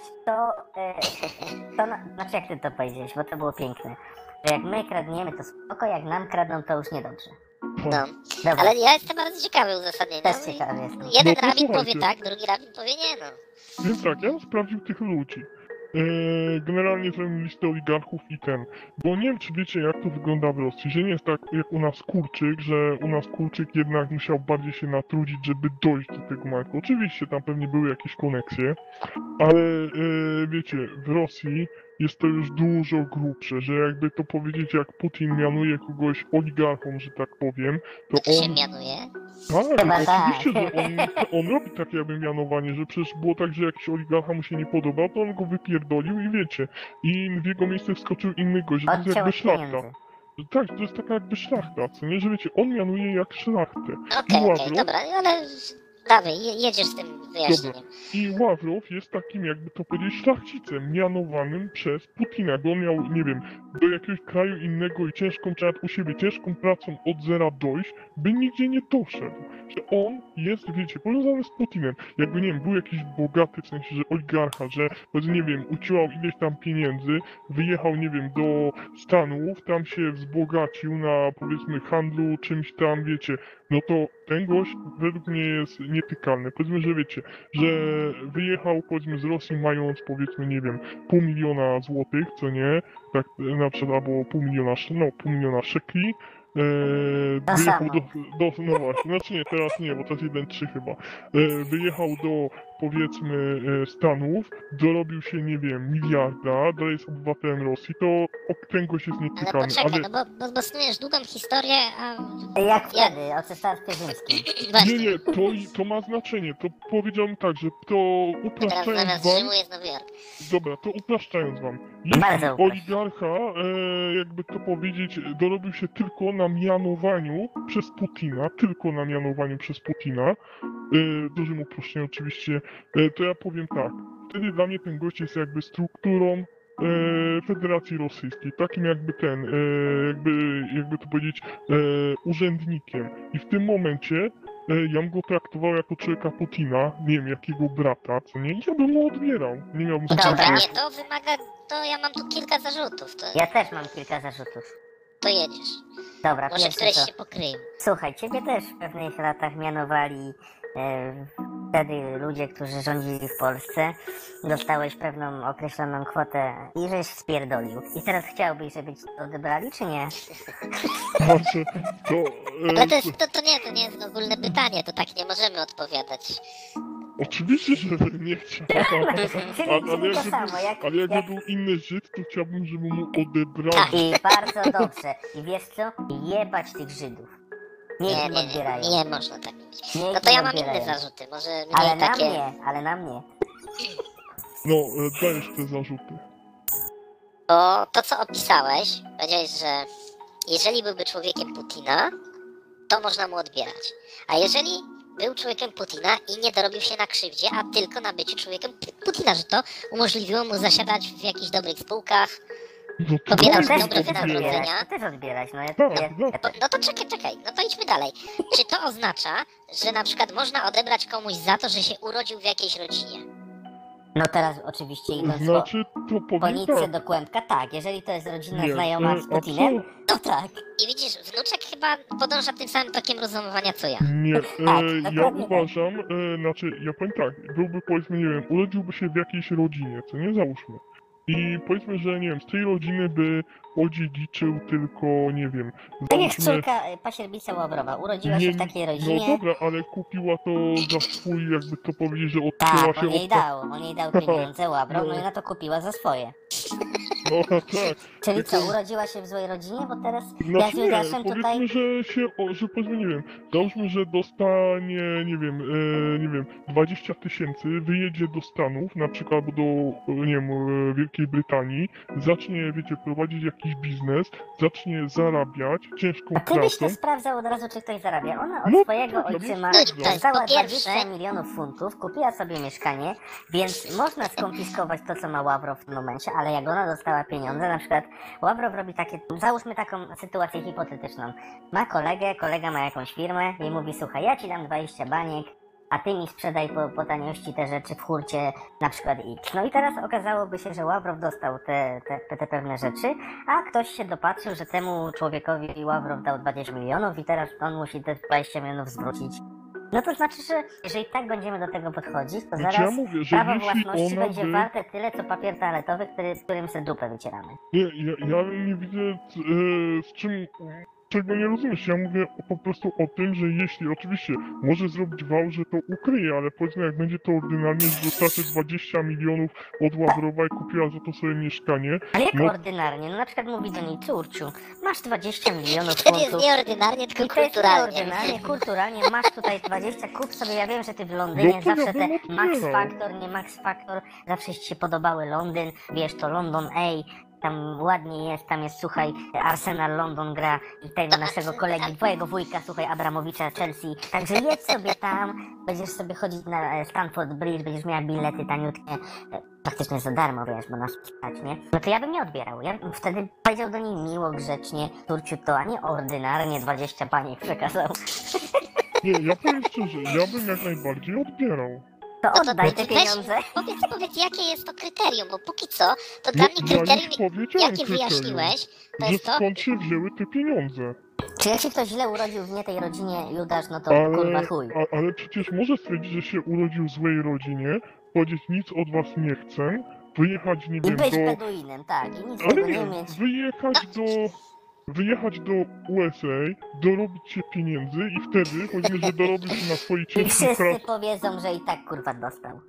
znaczy jak ty to powiedziałeś, bo to było piękne. Że jak my kradniemy, to spoko, jak nam kradną, to już niedobrze. No. Dobra, Ale ja jestem bardzo ciekawy uzasadnienia. też ciekawy jestem. Jeden No, rabin posłuchajcie. powie tak, drugi rabin powie nie, no. Więc tak, ja bym sprawdził tych ludzi. Generalnie zrobił listę oligarchów i bo nie wiem czy wiecie jak to wygląda w Rosji, że nie jest tak jak u nas Kurczyk, że u nas Kurczyk jednak musiał bardziej się natrudzić, żeby dojść do tego majątku. Oczywiście tam pewnie były jakieś koneksje, ale wiecie, w Rosji jest to już dużo grubsze, że jakby to powiedzieć, jak Putin mianuje kogoś oligarchą, że tak powiem, to To się on... mianuje. Tak, Chyba oczywiście, tak. że on robi takie jakby mianowanie, że przecież było tak, że jakiś oligarcha mu się nie podobał, to on go wypierdolił i wiecie, i w jego miejsce wskoczył inny gość, że to jest Odciął jakby od szlachta. pieniędzy. Tak, to jest taka jakby szlachta, co nie, że wiecie, on mianuje jak szlachtę. Okej, Ławrow? dobra, ale dawaj, jedziesz z tym wyjaśnieniem. I Ławrow jest takim, jakby to powiedzieć, szlachcicem mianowanym przez Putina, bo on miał, nie wiem, do jakiegoś kraju innego i ciężką, czy nawet u siebie ciężką pracą od zera dojść, by nigdzie nie doszedł. Że on jest, wiecie, powiązany z Putinem. Jakby, nie wiem, był jakiś bogaty, w sensie, że oligarcha, że, powiedzmy, nie wiem, uciłał ileś tam pieniędzy, wyjechał, nie wiem, do Stanów, tam się wzbogacił na, powiedzmy, handlu czymś tam, wiecie, no to ten gość według mnie jest nietykalny. Powiedzmy, że wiecie, że wyjechał powiedzmy z Rosji mając powiedzmy, nie wiem, 500 000 złotych, co nie, tak na przykład, albo pół miliona szekli. To Wyjechał samo. no właśnie, znaczy nie, teraz nie, bo to jest 1,3 chyba. Wyjechał do powiedzmy Stanów, dorobił się, nie wiem, miliarda, dalej jest obywatelem Rosji, to ten gość jest Ale nietykalny. poczekaj, no bo snujesz długą historię, a... Jak wtedy, o cesarstwie rzymskim. Właśnie, Nie, to ma znaczenie, to powiedziałbym tak, że to teraz upraszczając zamiast wam, Rzymu jest Nowy Jork. dobra, to upraszczając wam, Bardzo jeśli uprość. oligarcha, jakby to powiedzieć, dorobił się tylko na mianowaniu przez Putina, dużym uproszczeniem oczywiście, to ja powiem tak, wtedy dla mnie ten gość jest jakby strukturą Federacji Rosyjskiej, takim jakby jakby to powiedzieć, urzędnikiem. I w tym momencie ja bym go traktował jako człowieka Putina, nie wiem, jakiego brata, co nie, i ja bym mu odbierał. Nie miałbym Dobra. Dobra, sprawy. nie, to wymaga... To ja mam tu kilka zarzutów, to, Ja też mam kilka zarzutów. to jedziesz. Dobra, Może pierwsze któreś to... się pokryją. Słuchaj, ciebie też w pewnych latach mianowali wtedy ludzie, którzy rządzili w Polsce. Dostałeś pewną określoną kwotę i żeś spierdolił. I teraz chciałbyś, żeby ci to odebrali, czy nie? Znaczy, to, Ale to nie jest ogólne pytanie, to tak nie możemy odpowiadać. oczywiście, że nie chciał. Czyli to jakby samo, ale jakby jak... był inny Żyd, to chciałbym, żeby mu odebrali. I bardzo dobrze. I wiesz co? Jebać tych Żydów. Niech Nie, im nie, odbierają. nie można tak mówić. Niech No to im ja mam inne odbierają. zarzuty, może Ale mniej na takie... mnie, ale na mnie. No, dajesz te zarzuty. Bo to, co opisałeś, powiedziałeś, że jeżeli byłby człowiekiem Putina, to można mu odbierać. A jeżeli był człowiekiem Putina i nie dorobił się na krzywdzie, a tylko na byciu człowiekiem Putina, że to umożliwiło mu zasiadać w jakichś dobrych spółkach. No to Pobierał dajesz dobre to wynagrodzenia. odbierać. To też odbierać, no ja, Tak, ja, no. ja te... No to czekaj, no to idźmy dalej. Czy to oznacza, że na przykład można odebrać komuś za to, że się urodził w jakiejś rodzinie? No teraz oczywiście idąc Znaczy, to po powiem nitce tak. do kłębka, tak, jeżeli to jest rodzina Nie, znajoma z Putinem, to tak. I widzisz, wnuczek chyba podąża tym samym tokiem rozumowania co ja. Nie, ja dokładnie tak. uważam, znaczy, ja powiem tak, byłby powiedzmy, nie wiem, urodziłby się w jakiejś rodzinie, co nie, załóżmy. I powiedzmy, że nie wiem, z tej rodziny by odziedziczył tylko, nie wiem, Tak jak załóżmy... córka pasierbica Ławrowa, urodziła się w takiej No rodzinie, dobra, ale kupiła to za swój, jakby to powiedzieć, że odcięła tak, się on jej dał pieniądze Ławrow, no i na to kupiła za swoje. No tak. Czyli co, urodziła się w złej rodzinie? Bo teraz ja Znaczy z nie, Judaszem powiedzmy, tutaj... że powiedzmy, nie wiem, załóżmy, że dostanie, nie wiem, 20 000, wyjedzie do Stanów, na przykład albo do, nie wiem, Wielkiej Brytanii, zacznie, wiecie, prowadzić jakiś biznes, zacznie zarabiać ciężką A ty byś to pracą. sprawdzał od razu, czy ktoś zarabia. Ona od No swojego tak, ja bym ojczyma sprawdzał. dostała Po pierwsze- 20 milionów funtów, kupiła sobie mieszkanie, więc można skonfiskować to, co ma Ławrow w tym momencie, ale jak ona dostała pieniądze, na przykład Ławrow robi takie, załóżmy taką sytuację hipotetyczną. Ma kolegę, kolega ma jakąś firmę i mówi, słuchaj, ja ci dam 20 baniek, a ty mi sprzedaj po taniości te rzeczy w hurcie, na przykład X. No i teraz okazałoby się, że Ławrow dostał te pewne rzeczy, a ktoś się dopatrzył, że temu człowiekowi Ławrow dał 20 milionów i teraz on musi te 20 milionów zwrócić. No to znaczy, że jeżeli tak będziemy do tego podchodzić, to Znaczy, zaraz ja mówię, że prawo jeśli własności ona będzie by... warte tyle, co papier toaletowy, którym sobie dupę wycieramy. Nie, ja nie widzę z czym, czego nie rozumiesz. Ja mówię po prostu o tym, że jeśli oczywiście może zrobić wał, że to ukryje, ale powiedzmy jak będzie to ordynarnie, że dostacie 20 milionów od Ławrowa i kupiła za to sobie mieszkanie. Ale jak No. ordynarnie? No na przykład mówi do niej, córciu, masz 20 milionów To jest funtów. nieordynarnie, I tylko to jest kulturalnie. nieordynarnie, kulturalnie, masz tutaj 20, kup sobie, ja wiem, że ty w Londynie No to ja zawsze te bym Max otwierał. Factor, nie Max Factor, zawsze ci się podobały Londyn, wiesz, to London A, tam ładnie jest, tam jest, słuchaj, Arsenal London gra i tego naszego kolegi, twojego wujka, słuchaj, Abramowicza, Chelsea, także jedź sobie tam, będziesz sobie chodzić na Stamford Bridge, będziesz miała bilety taniutkie, praktycznie za darmo, wiesz, bo nas stać, nie? No to ja bym nie odbierał, ja bym wtedy powiedział do niej miło, grzecznie, turciu to, a nie ordynarnie 20 baniek przekazał. Nie, ja powiem szczerze, ja bym jak najbardziej odbierał. To No to oddaj ty te weź- pieniądze. Powiedz, jakie jest to kryterium, bo póki co, to No, dla mnie ja kryterium, już powiedziałem jakie kryterium, wyjaśniłeś, to że jest to, skąd się wzięły te pieniądze. Czy jak się ktoś źle urodził w nie tej rodzinie, Judasz, no to Ale, kurwa chuj. ale przecież może stwierdzić, że się urodził w złej rodzinie, powiedzieć nic od was nie chcę, wyjechać, nie I wiem, być do... beduinem, tak, i nic z Ale tego nie nie, mieć. wyjechać do USA, dorobić się pieniędzy i wtedy, choćby, że dorobił się na swojej I ciężkiej wszyscy pracy. powiedzą, że i tak kurwa dostał.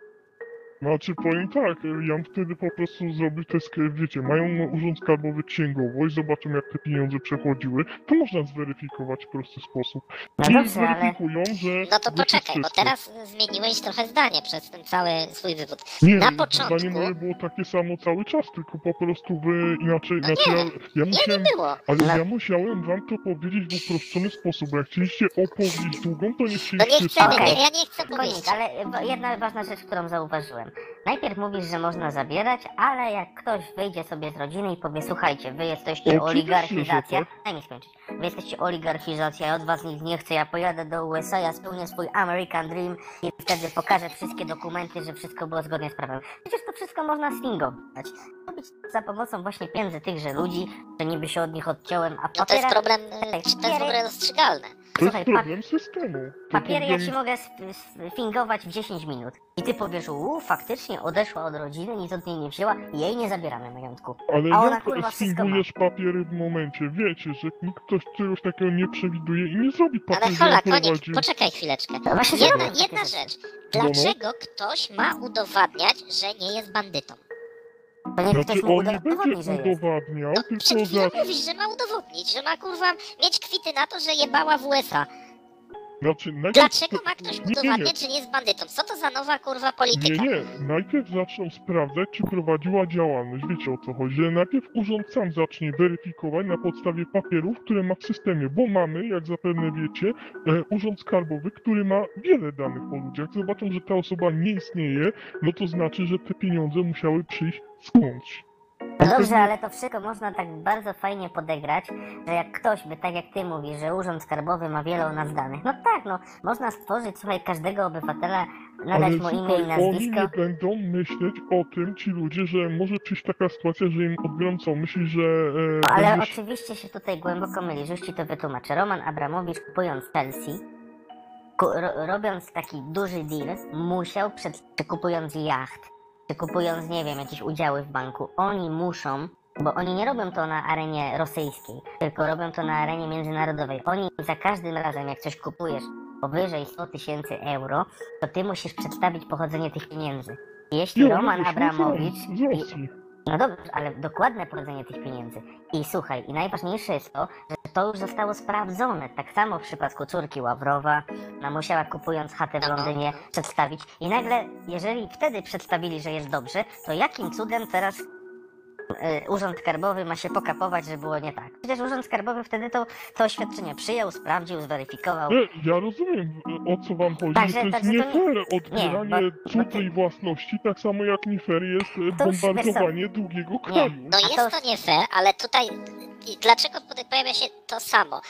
Znaczy powiem tak, ja bym wtedy po prostu zrobił te, wiecie, mają urząd skarbowy księgowość, zobaczą jak te pieniądze przechodziły, to można zweryfikować w prosty sposób. No I dobrze, ale zweryfikują, że... no to że poczekaj, bo wszystko. teraz zmieniłeś trochę zdanie przez ten cały swój wywód. Nie, na zdanie początku- moje było takie samo cały czas, tylko po prostu wy inaczej, No znaczy nie, ja Nie musiałem, było. ale No. ja musiałem wam to powiedzieć w uproszczony sposób, bo jak chcieliście opowieść długą, to nie No nie chcieliście chcemy, Okej. ja nie chcę powiedzieć. konik, ale jedna ważna rzecz, którą zauważyłem. Najpierw mówisz, że można zabierać, ale jak ktoś wyjdzie sobie z rodziny i powie, słuchajcie, wy jesteście Oczywiście, oligarchizacja, że tak. daj mi skończyć, wy jesteście oligarchizacja, ja od was nic nie chcę, ja pojadę do USA, ja spełnię swój American Dream i wtedy pokażę wszystkie dokumenty, że wszystko było zgodnie z prawem. Przecież to wszystko można sfingować. Robić za pomocą właśnie pieniędzy tychże ludzi, że niby się od nich odciąłem, a No to jest papierak- problem, czy to jest w ogóle dostrzegalne. To jest Słuchaj, problem systemu. To Papiery ja problem- ci mogę sfingować w 10 minut. I ty powiesz, faktycznie odeszła od rodziny, nic od niej nie wzięła i jej nie zabieramy majątku. Ale A ona, jak kurwa, wszystko sfingujesz papiery w momencie, wiecie, że nikt ktoś czegoś takiego nie przewiduje i nie zrobi Ale papieru, hola, że konik, prowadził. poczekaj chwileczkę. No właśnie Jedna, zrobię takie jedna rzeczy. rzecz. Dlaczego ktoś ma udowadniać, że nie jest bandytą? To niech Znaczy ktoś mu on nie udowodni, będzie że jest. udowadniał, No, tylko przed chwilą za... mówisz, że ma udowodnić, że ma kurwa mieć kwity na to, że jebała w USA. Znaczy, najpierw... Dlaczego ma ktoś Nie, udowadniać, że nie jest bandytą? Co to za nowa kurwa polityka? Nie, najpierw zaczną sprawdzać, czy prowadziła działalność. Wiecie o co chodzi? Że najpierw urząd sam zacznie weryfikować na podstawie papierów, które ma w systemie, bo mamy, jak zapewne wiecie, urząd skarbowy, który ma wiele danych o ludziach. Zobaczą, że ta osoba nie istnieje, no to znaczy, że te pieniądze musiały przyjść skądś. No dobrze, ale to wszystko można tak bardzo fajnie podegrać, że jak ktoś by, tak jak ty mówisz, że urząd skarbowy ma wiele o nas danych, no tak, no, można stworzyć, słuchaj, każdego obywatela, nadać mu imię i oni nazwisko. nie będą myśleć o tym, ci ludzie, że może przyjść taka sytuacja, że im odbiorą co, myśli, że... No, ale będziesz- oczywiście się tutaj głęboko mylisz, już ci to wytłumaczę. Roman Abramowicz kupując Chelsea, robiąc taki duży deal, musiał czy kupując jacht, czy kupując, nie wiem, jakieś udziały w banku, oni muszą, bo oni nie robią to na arenie rosyjskiej, tylko robią to na arenie międzynarodowej. Oni za każdym razem, jak coś kupujesz powyżej 100 000 euro, to ty musisz przedstawić pochodzenie tych pieniędzy. Jeśli Nie, Roman wiesz, Abramowicz... z Rosji. No dobrze, ale dokładne pochodzenie tych pieniędzy. I słuchaj, i najważniejsze jest to, że to już zostało sprawdzone. Tak samo w przypadku córki Ławrowa. Ona musiała, kupując chatę w Londynie, przedstawić. I nagle, jeżeli wtedy przedstawili, że jest dobrze, to jakim cudem teraz Urząd Skarbowy ma się pokapować, że było nie tak? Przecież Urząd Skarbowy wtedy to oświadczenie przyjął, sprawdził, zweryfikował. Ja rozumiem, o co wam chodzi. Także- To jest także nie to nie- fair odbieranie nie, bo cudzej własności, tak samo jak nie fair jest To już wiesz bombardowanie drugiego kraju. No A jest to nie fair, ale tutaj i dlaczego pojawia się to samo?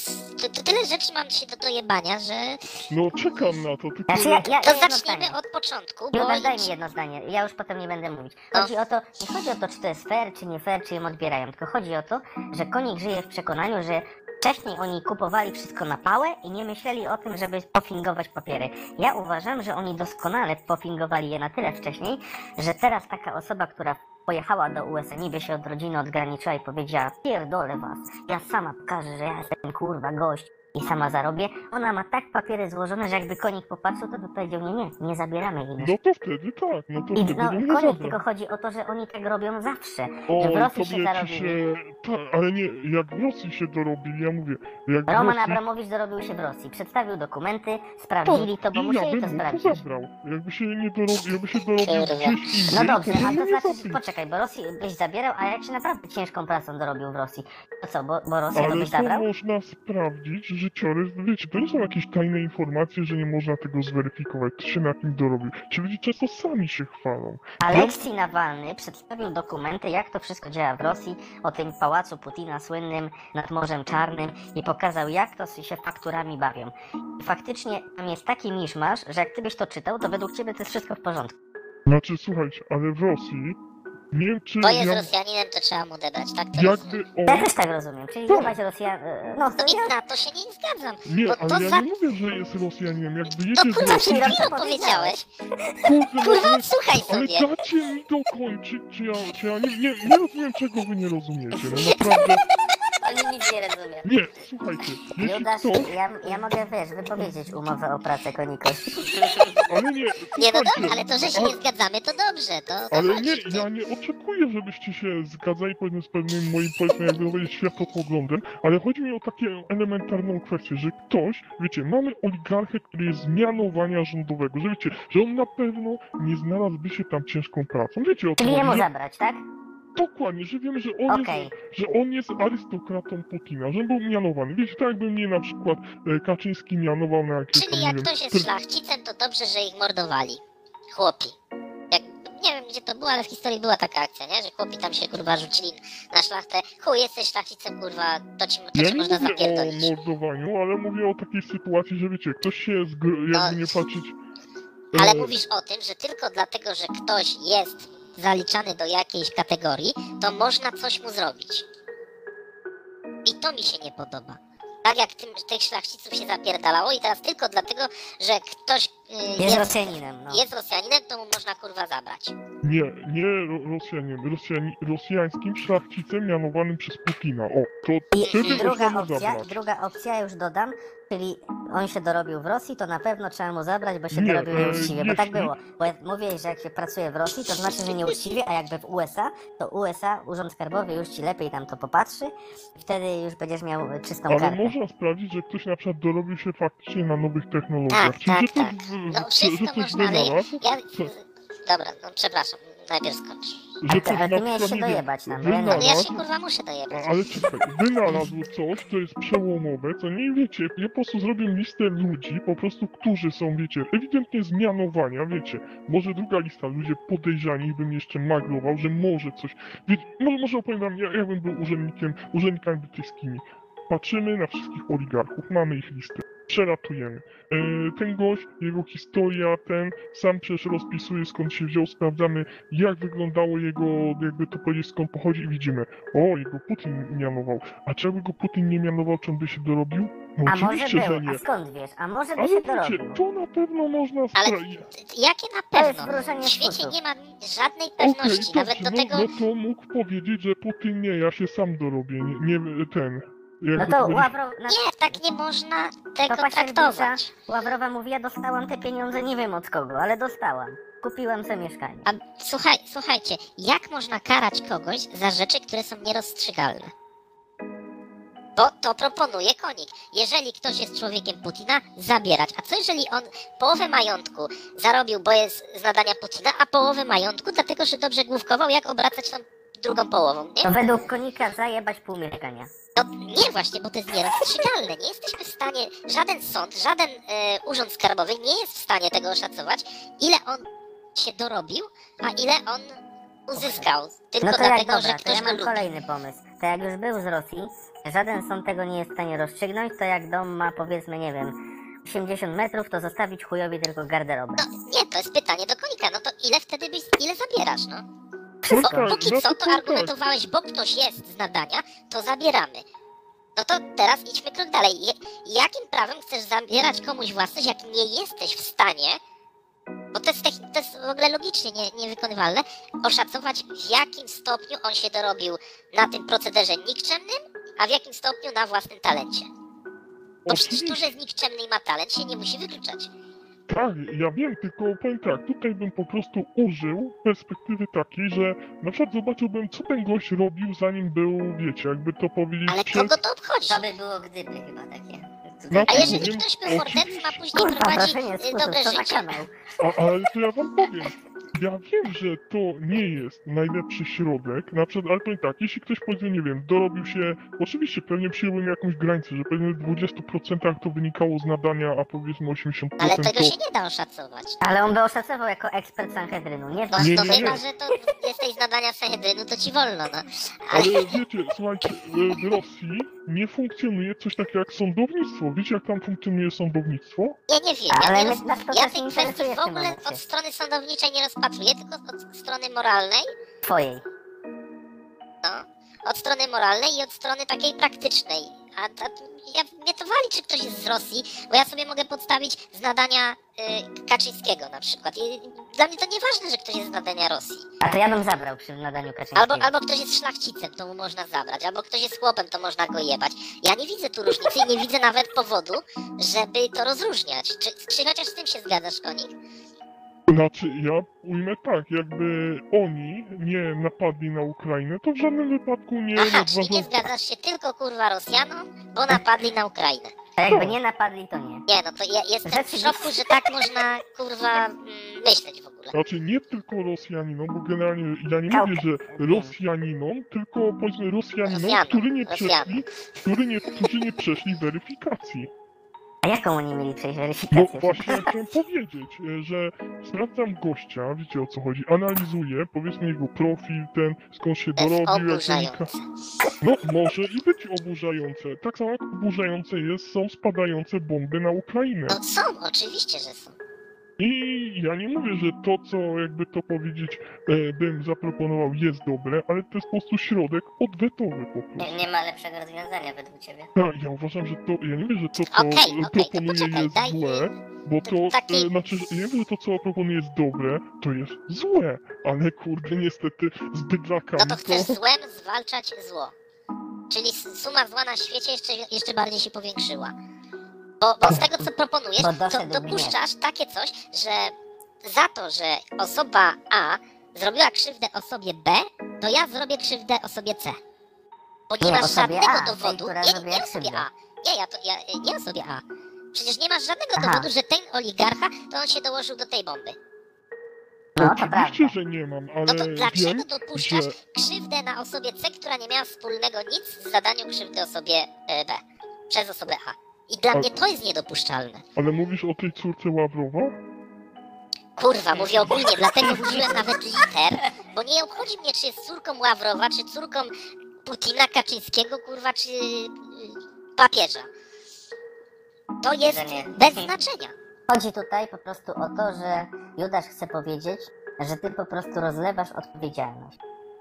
To tyle rzeczy mam się do dojebania, że No czekam na to, tylko Znaczy, ja to jedno zacznijmy zdanie. od początku, Nie, bo daj mi jedno zdanie, ja już potem nie będę mówić. No. Chodzi o to, nie chodzi o to, czy to jest fair, czy nie fair, czy im odbierają, tylko chodzi o to, że Konik żyje w przekonaniu, że wcześniej oni kupowali wszystko na pałę i nie myśleli o tym, żeby pofingować papiery. Ja uważam, że oni doskonale pofingowali je na tyle wcześniej, że teraz taka osoba, która pojechała do USA, niby się od rodziny odgraniczyła i powiedziała: pierdolę was, ja sama pokażę, że ja jestem kurwa gość i sama zarobię. Ona ma tak papiery złożone, że jakby Konik popatrzył, to by powiedział: nie zabieramy jej. no to wtedy tak, no to I wtedy no, bym nie Konik, zabrał. tylko chodzi o to, że oni tak robią zawsze. O, Że w Rosji się tobie ci zarobili. Tak, ale nie, jak w Rosji się dorobili, ja mówię, jak w Roman Rosji... Abramowicz dorobił się w Rosji. Przedstawił dokumenty, sprawdzili to, bo i musieli ja to bym mu sprawdzić. to zabrał. Jakby się nie dorobił, jakby się dorobił Kurwa. gdzieś indziej, No dobrze, bym a mu to nie znaczy, zabił. poczekaj, bo Rosji byś zabierał, a jak się naprawdę ciężką pracą dorobił w Rosji? To co, bo Rosję to Ale byś to zabrał? można sprawdzić, życiorys, wiecie, to nie są jakieś tajne informacje, że nie można tego zweryfikować, kto się na tym dorobił. Ci ludzie często sami się chwalą. Aleksij Nawalny przedstawił dokumenty, jak to wszystko działa w Rosji, o tym pałacu Putina słynnym nad Morzem Czarnym i pokazał, jak to się fakturami bawią. I faktycznie tam jest taki miszmasz, że jak ty byś to czytał, to według ciebie to jest wszystko w porządku. Znaczy, słuchajcie, ale w Rosji, nie wiem czy bo jest ja, Rosjaninem, to trzeba mu odebrać, tak to rozumiem. jakby Ja on... też tak rozumiem, czyli Tak. jebać Rosjan... No, No to i na to się nie zgadzam. Nie, bo ale to ja za... nie mówię, że jest Rosjaninem, jakby To jedzie z kurwa Rosji... przed Rosji, chwilą to powiedziałeś. Kurde, no, Kurwa, ale- słuchaj Ale sobie. dajcie mi dokończyć, czy ja nie rozumiem, czego wy nie rozumiecie, no naprawdę. Oni nic nie rozumiem. Nie, słuchajcie, jeśli Judasz, ktoś... ja mogę, wiesz, wypowiedzieć umowę o pracę Konikowi. Ale nie, Nie, no słuchajcie, dobra, ale to, że się nie zgadzamy, to dobrze, to Ale chodzi nie, w tym. ja nie oczekuję, żebyście się zgadzali powiedzmy z pewnym moim, powiedzmy, jakby to powiedzieć, światopoglądem, ale chodzi mi o taką elementarną kwestię, że ktoś, wiecie, mamy oligarchę, który jest z mianowania rządowego, że wiecie, że on na pewno nie znalazłby się tam ciężką pracą, wiecie o Czyli tym, jemu że, zabrać, tak? dokładnie, że wiemy, że on, Okej. jest, że on jest arystokratą Putina, że on był mianowany, wiecie, tak jakby mnie na przykład Kaczyński mianował na jakieś tam, Czyli nie jak wiem, ktoś jest szlachcicem, to dobrze, że ich mordowali. Chłopi. Jak, nie wiem gdzie to było, ale w historii była taka akcja, nie? Że chłopi tam się kurwa rzucili na szlachtę. Chuj, jesteś szlachcicem, kurwa, to ci Ja nie można mówię zapierdolić. o mordowaniu, ale mówię o takiej sytuacji, że wiecie, ktoś się, jakby nie patrzeć... Ale e, mówisz o tym, że tylko dlatego, że ktoś jest zaliczany do jakiejś kategorii, to można coś mu zrobić. I to mi się nie podoba. Tak jak tych szlachciców się zapierdalało i teraz tylko dlatego, że ktoś Jest Rosjaninem, no. jest Rosjaninem, to mu można kurwa zabrać. Nie Rosjaninem, rosyjskim szlachcicem mianowanym przez Putina. O, to I wtedy można mu zabrać. druga opcja, już dodam, czyli on się dorobił w Rosji, to na pewno trzeba mu zabrać, bo się Nie, dorobił nieuczciwie, bo tak jeśli- było. Bo mówiłeś, że jak się pracuje w Rosji, to znaczy, że nieuczciwie, a jakby w USA, to USA, Urząd Skarbowy już ci lepiej tam to popatrzy i wtedy już będziesz miał czystą Ale kartę. można sprawdzić, że ktoś na przykład dorobił się faktycznie na nowych technologiach. Tak, Czyli, tak, że ktoś, tak. No że wszystko ktoś można, ale wynalazł, ja... co- Dobra, no przepraszam, najpierw skończ. że ktoś ale ty na miałeś przykład, się nie wiem, dojebać nam, bo ja nie No ja wynalazł, się kurwa muszę dojebać. ale czekaj, wynalazł coś, co jest przełomowe, co nie wiecie, ja po prostu zrobię listę ludzi, po prostu, którzy są, wiecie, ewidentnie z mianowania, wiecie, może druga lista, ludzie podejrzani, ich bym jeszcze maglował, że może coś, wiecie, może opowiem wam, ja bym był urzędnikami brytyjskimi, patrzymy na wszystkich oligarchów, mamy ich listę, przelatujemy. Ten gość, jego historia, ten sam przecież rozpisuje skąd się wziął, sprawdzamy jak wyglądało jego, jakby to powiedzieć, skąd pochodzi i widzimy, o, jego Putin mianował, a czego go Putin nie mianował, czy on by się dorobił? No A może oczywiście, że był, nie. a skąd wiesz? A może by Ale się wiecie, dorobił? to na pewno można Ale sprawdzić. jakie na To jest pewno? wróżenie W z świecie fusów. nie ma żadnej Okej, pewności, nawet dobrze, do tego... no to mógł powiedzieć, że Putin nie, ja się sam dorobię, nie ten. No Jakby to powiedzieć- Ławrow... Nie, tak nie można tego To Pasiewicza traktować. Ławrowa mówi, ja dostałam te pieniądze, nie wiem od kogo, ale dostałam. kupiłam sobie mieszkanie. A słuchajcie, jak można karać kogoś za rzeczy, które są nierozstrzygalne? Bo to proponuje Konik. Jeżeli ktoś jest człowiekiem Putina, zabierać. A co jeżeli on połowę majątku zarobił, bo jest z nadania Putina, a połowę majątku dlatego, że dobrze główkował, jak obracać tą drugą połową, nie? To według Konika zajebać pół mieszkania. No nie właśnie, bo to jest nierozstrzygalne. Nie jesteśmy w stanie, żaden sąd, żaden urząd skarbowy nie jest w stanie tego oszacować, ile on się dorobił, a ile on uzyskał. Tylko No to jak dlatego, dobra, że to ktoś ja go mam lubi. kolejny pomysł. To jak już był z Rosji, żaden sąd tego nie jest w stanie rozstrzygnąć, to jak dom ma powiedzmy, nie wiem, 80 metrów, to zostawić chujowi tylko garderobę. No nie, to jest pytanie do Konika. No to ile wtedy ile zabierasz, no? Wszystko. Tak, Póki no co to to tak. argumentowałeś, bo ktoś jest z nadania, to zabieramy. No to teraz idźmy krok dalej. Jakim prawem chcesz zabierać komuś własność, jak nie jesteś w stanie, bo to jest w ogóle logicznie niewykonywalne, oszacować, w jakim stopniu on się dorobił na tym procederze nikczemnym, a w jakim stopniu na własnym talencie. Bo przecież to, że jest nikczemny i ma talent, się nie musi wykluczać. Tak, ja wiem, tylko powiem tak, tutaj bym po prostu użył perspektywy takiej, że na przykład zobaczyłbym, co ten gość robił, zanim był, wiecie, jakby to powiedzieć Ale przez... kogo to obchodzi? To by było gdyby chyba takie. No A tak, jeżeli wiem, ktoś był mordercą, a później Kurwa, prowadzi proszę nie dobre skusów, to za życie. kanał. Ale to ja wam powiem, ja wiem, że to nie jest najlepszy środek, na przykład, ale powiem tak, jeśli ktoś powie, nie wiem, dorobił się, oczywiście pewnie przyjąłbym jakąś granicę, że pewnie w 20% to wynikało z nadania, a powiedzmy 80% Ale tego to... się nie da oszacować. Ale on by oszacował jako ekspert Sanhedrynu, nie No, znam. Nie, to nie, chyba, nie. że to jesteś z nadania Sanhedrynu, to ci wolno, no. Ale Ale wiecie, słuchajcie, w Rosji nie funkcjonuje coś takiego jak sądownictwo. Wiecie, jak tam funkcjonuje sądownictwo? ja nie wiem, Ale ja, nas to ja też tej nie kwestii interesuje w w tym ogóle momencie. od strony sądowniczej nie rozpatruję, tylko od strony moralnej, Twojej. no. Od strony moralnej i od strony takiej praktycznej. Mnie to wali, czy ktoś jest z Rosji, bo ja sobie mogę podstawić z nadania Kaczyńskiego na przykład. I dla mnie to nieważne, że ktoś jest z nadania Rosji. A to ja bym zabrał przy nadaniu Kaczyńskiego. Albo ktoś jest szlachcicem, to mu można zabrać, albo ktoś jest chłopem, to można go jebać. Ja nie widzę tu różnicy i nie widzę nawet powodu, żeby to rozróżniać. Czy chociaż z tym się zgadzasz, Konik? Znaczy, ja ujmę tak, jakby oni nie napadli na Ukrainę, to w żadnym wypadku nie Aha, czyli nie rozważą... zgadzasz się tylko kurwa Rosjanom, bo napadli na Ukrainę. A jakby nie napadli, to nie. Nie, no to ja jestem w Rzeczywiście. szoku, że tak można kurwa myśleć w ogóle. Znaczy, nie tylko Rosjaninom, bo generalnie ja nie Całkiem. mówię, że Rosjaninom, tylko powiedzmy Rosjaninom, Rosjanom, którzy nie przeszli weryfikacji. A jaką oni mieli przejść No weryfikację? właśnie ja chciałem powiedzieć, że sprawdzam gościa, wiecie o co chodzi, analizuję, powiedzmy jego profil, ten, skąd się To jest dorobił, jak oburzające. No może i być oburzające. Tak samo jak oburzające są spadające bomby na Ukrainę. No są, oczywiście, że są. I ja nie mówię, że to, co jakby to powiedzieć, bym zaproponował jest dobre, ale to jest po prostu środek odwetowy po prostu. Nie ma lepszego rozwiązania według ciebie. Ja uważam, że to, ja nie wiem, że to, co Okej, to proponuję poczekaj, jest daj złe, bo to, taki- znaczy, że ja nie wiem, że to, co proponuję jest dobre, to jest złe, ale kurde, niestety z bydlakami No to chcesz złem zwalczać zło. Czyli suma zła na świecie jeszcze bardziej się powiększyła. Bo z tego, co proponujesz, Bo to doszedł dopuszczasz takie coś, że za to, że osoba A zrobiła krzywdę osobie B, to ja zrobię krzywdę osobie C. Bo nie Nie, masz osobie żadnego A, tej, dowodu. która Nie zrobiła osobie krzywdę. A. Nie osobie A. Przecież nie masz żadnego Aha. dowodu, że ten oligarcha, to on się dołożył do tej bomby. No, to prawda. Oczywiście, że nie mam, ale No to wiem, dlaczego dopuszczasz że... krzywdę na osobie C, która nie miała wspólnego nic z zadaniem krzywdy osobie B przez osobę A? I dla mnie to jest niedopuszczalne. Ale mówisz o tej córce Ławrowa? Kurwa, mówię ogólnie, dlatego użyłem nawet liter, bo nie obchodzi mnie, czy jest córką Ławrowa, czy córką Putina, Kaczyńskiego, kurwa, czy papieża. To jest Że nie. bez znaczenia. Chodzi tutaj po prostu o to, że Judasz chce powiedzieć, że ty po prostu rozlewasz odpowiedzialność.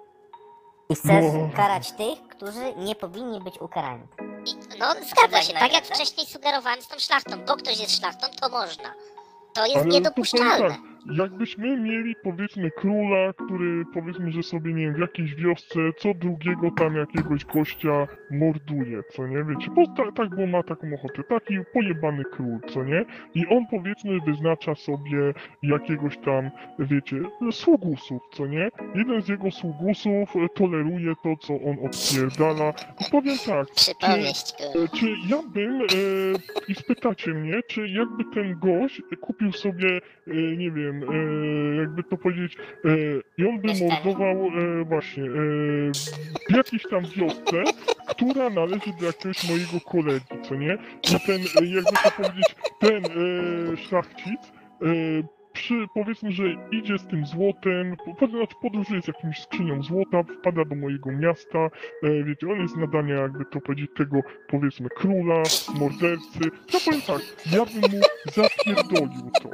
I chcesz No. karać tych, którzy nie powinni być ukarani. No, zgadza się, tak jak wcześniej sugerowałem z tą szlachtą, bo ktoś jest szlachtą, to można. To jest Ale to powiem niedopuszczalne. tak, jakbyśmy mieli, powiedzmy, króla, który, powiedzmy, że sobie, nie wiem, w jakiejś wiosce co drugiego tam jakiegoś gościa morduje, co nie, wiecie, bo tak, bo ma taką ochotę, taki pojebany król, co nie, i on, powiedzmy, wyznacza sobie jakiegoś tam, wiecie, sługusów, co nie, jeden z jego sługusów toleruje to, co on odpierdala i powiem tak, Przypowieść, kurwa. czy ja bym, i spytacie mnie, czy jakby ten gość kupił sobie, nie wiem, jakby to powiedzieć, i on by Mieszkanie. mordował właśnie w jakiejś tam wiosce, która należy do jakiegoś mojego kolegi, co nie? I ten, jakby to powiedzieć, ten szlachcic, powiedzmy, że idzie z tym złotem, znaczy podróżuje z jakimś skrzynią złota, wpada do mojego miasta, wiecie, on jest nadania, jakby to powiedzieć, tego, powiedzmy, króla, mordercy. Ja powiem tak, ja bym mu zapierdolił to.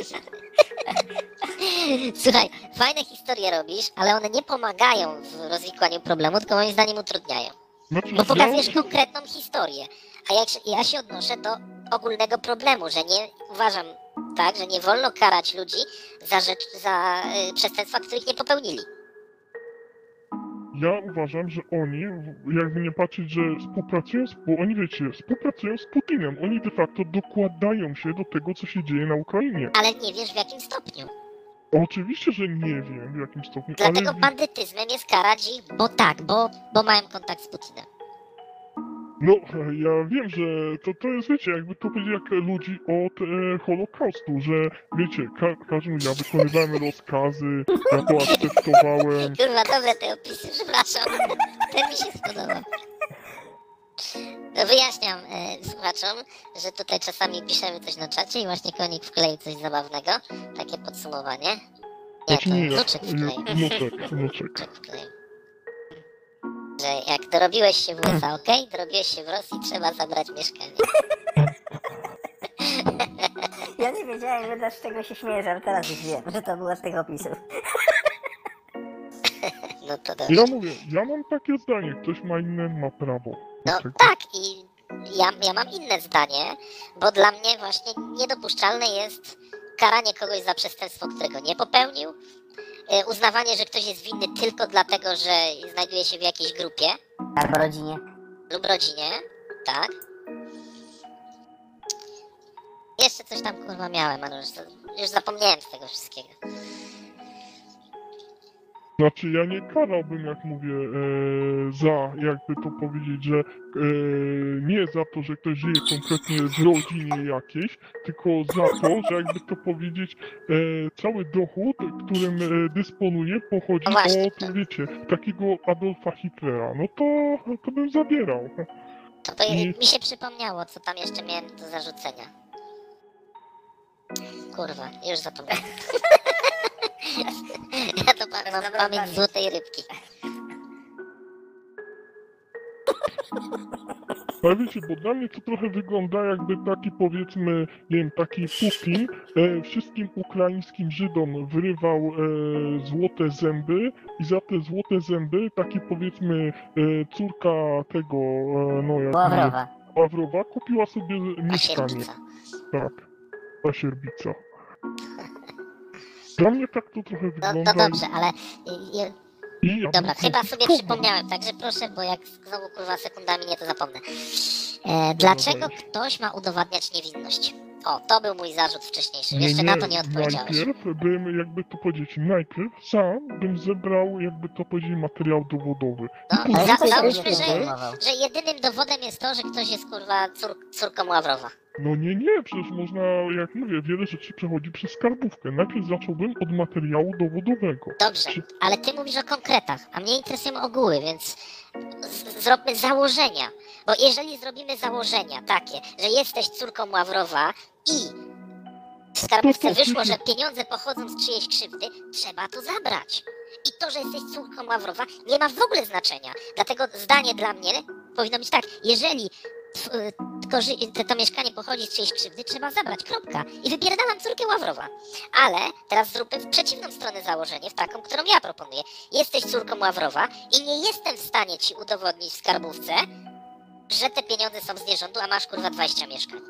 Słuchaj, fajne historie robisz, ale one nie pomagają w rozwikłaniu problemu, tylko moim zdaniem utrudniają. Znaczy, Bo pokazujesz konkretną historię. A ja się odnoszę do ogólnego problemu, że nie uważam tak, że nie wolno karać ludzi za przestępstwa, których nie popełnili. ja uważam, że oni, jakby nie patrzeć, że współpracują, bo oni, wiecie, współpracują z Putinem. Oni de facto dokładają się do tego, co się dzieje na Ukrainie. Ale nie wiesz w jakim stopniu. Oczywiście, że nie wiem w jakim stopniu, Dlatego ale bandytyzmem jest karać ich, bo tak, bo mają kontakt z Putinem. no, ja wiem, że to jest, wiecie, jakby to powiedzieć jak ludzi od Holokaustu, że wiecie, każą, ja wykonywałem rozkazy, ja to akceptowałem. Kurwa, dobre te opisy, przepraszam. Ten mi się spodobał. No wyjaśniam słuchaczom, że tutaj czasami piszemy coś na czacie i właśnie Konik wkleił coś zabawnego. Takie podsumowanie. Nie, Znaczy to nie, Wnuczek wkleił. wnuczek. Wkleił. Że jak dorobiłeś się w USA, okej? Dorobiłeś się w Rosji, trzeba zabrać mieszkanie. Ja nie wiedziałem, że dlaczego się śmiejesz, ale teraz już wiem, że to było z tych opisów. No to dobrze. Ja mówię, ja mam takie zdanie, ktoś ma inne, ma prawo. do No tego. tak i ja mam inne zdanie, bo dla mnie właśnie niedopuszczalne jest karanie kogoś za przestępstwo, którego nie popełnił, uznawanie, że ktoś jest winny tylko dlatego, że znajduje się w jakiejś grupie Albo rodzinie. lub rodzinie, tak. Jeszcze coś tam kurwa miałem, ale już zapomniałem z tego wszystkiego. Znaczy ja nie karałbym, jak mówię, jakby to powiedzieć, że nie za to, że ktoś żyje konkretnie w rodzinie jakiejś, tylko za to, że jakby to powiedzieć, cały dochód, którym dysponuje, pochodzi No właśnie, od, wiecie, takiego Adolfa Hitlera. No to bym zabierał. To I- mi się przypomniało, co tam jeszcze miałem do zarzucenia. Kurwa, już zapomniałem. Ja to mam pamięć złotej rybki. Ale wiecie, bo dla mnie to trochę wygląda jakby taki, powiedzmy, nie wiem, taki Putin wszystkim ukraińskim Żydom wyrywał złote zęby i za te złote zęby taki, powiedzmy, córka tego, no jak Ławrowa. Ławrowa kupiła sobie A mieszkanie. sierpica. Tak, ta sierbica. Dla mnie tak to trochę No wygląda. to dobrze, ale I ja dobra, bym chyba sobie konfiskował. przypomniałem, także proszę, bo jak znowu kurwa sekundami nie to zapomnę. Dlaczego ktoś ma udowadniać niewinność? O, to był mój zarzut wcześniejszy. Jeszcze na to nie odpowiedziałeś. Najpierw bym, jakby to powiedzieć, sam bym zebrał, jakby to powiedzieć, materiał dowodowy. No, później załóżmy, dowodowe- że jedynym dowodem jest to, że ktoś jest kurwa córką Ławrowa. No nie, przecież można, jak mówię, wiele rzeczy przechodzi przez skarbówkę. Najpierw zacząłbym od materiału dowodowego. Dobrze, ale ty mówisz o konkretach, a mnie interesują ogóły, więc zróbmy założenia. Bo jeżeli zrobimy założenia takie, że jesteś córką Ławrowa i w skarbówce To wyszło, że oczywiście. pieniądze pochodzą z czyjejś krzywdy, trzeba to zabrać. I to, że jesteś córką Ławrowa, nie ma w ogóle znaczenia. Dlatego zdanie dla mnie powinno być tak, jeżeli to mieszkanie pochodzi z czyjejś krzywdy, trzeba zabrać, kropka. I wypierdalam córkę Ławrowa. Ale teraz zróbmy w przeciwną stronę założenie, w taką, którą ja proponuję. Jesteś córką Ławrowa i nie jestem w stanie ci udowodnić w skarbówce, że te pieniądze są z nierządu, a masz kurwa 20 mieszkań.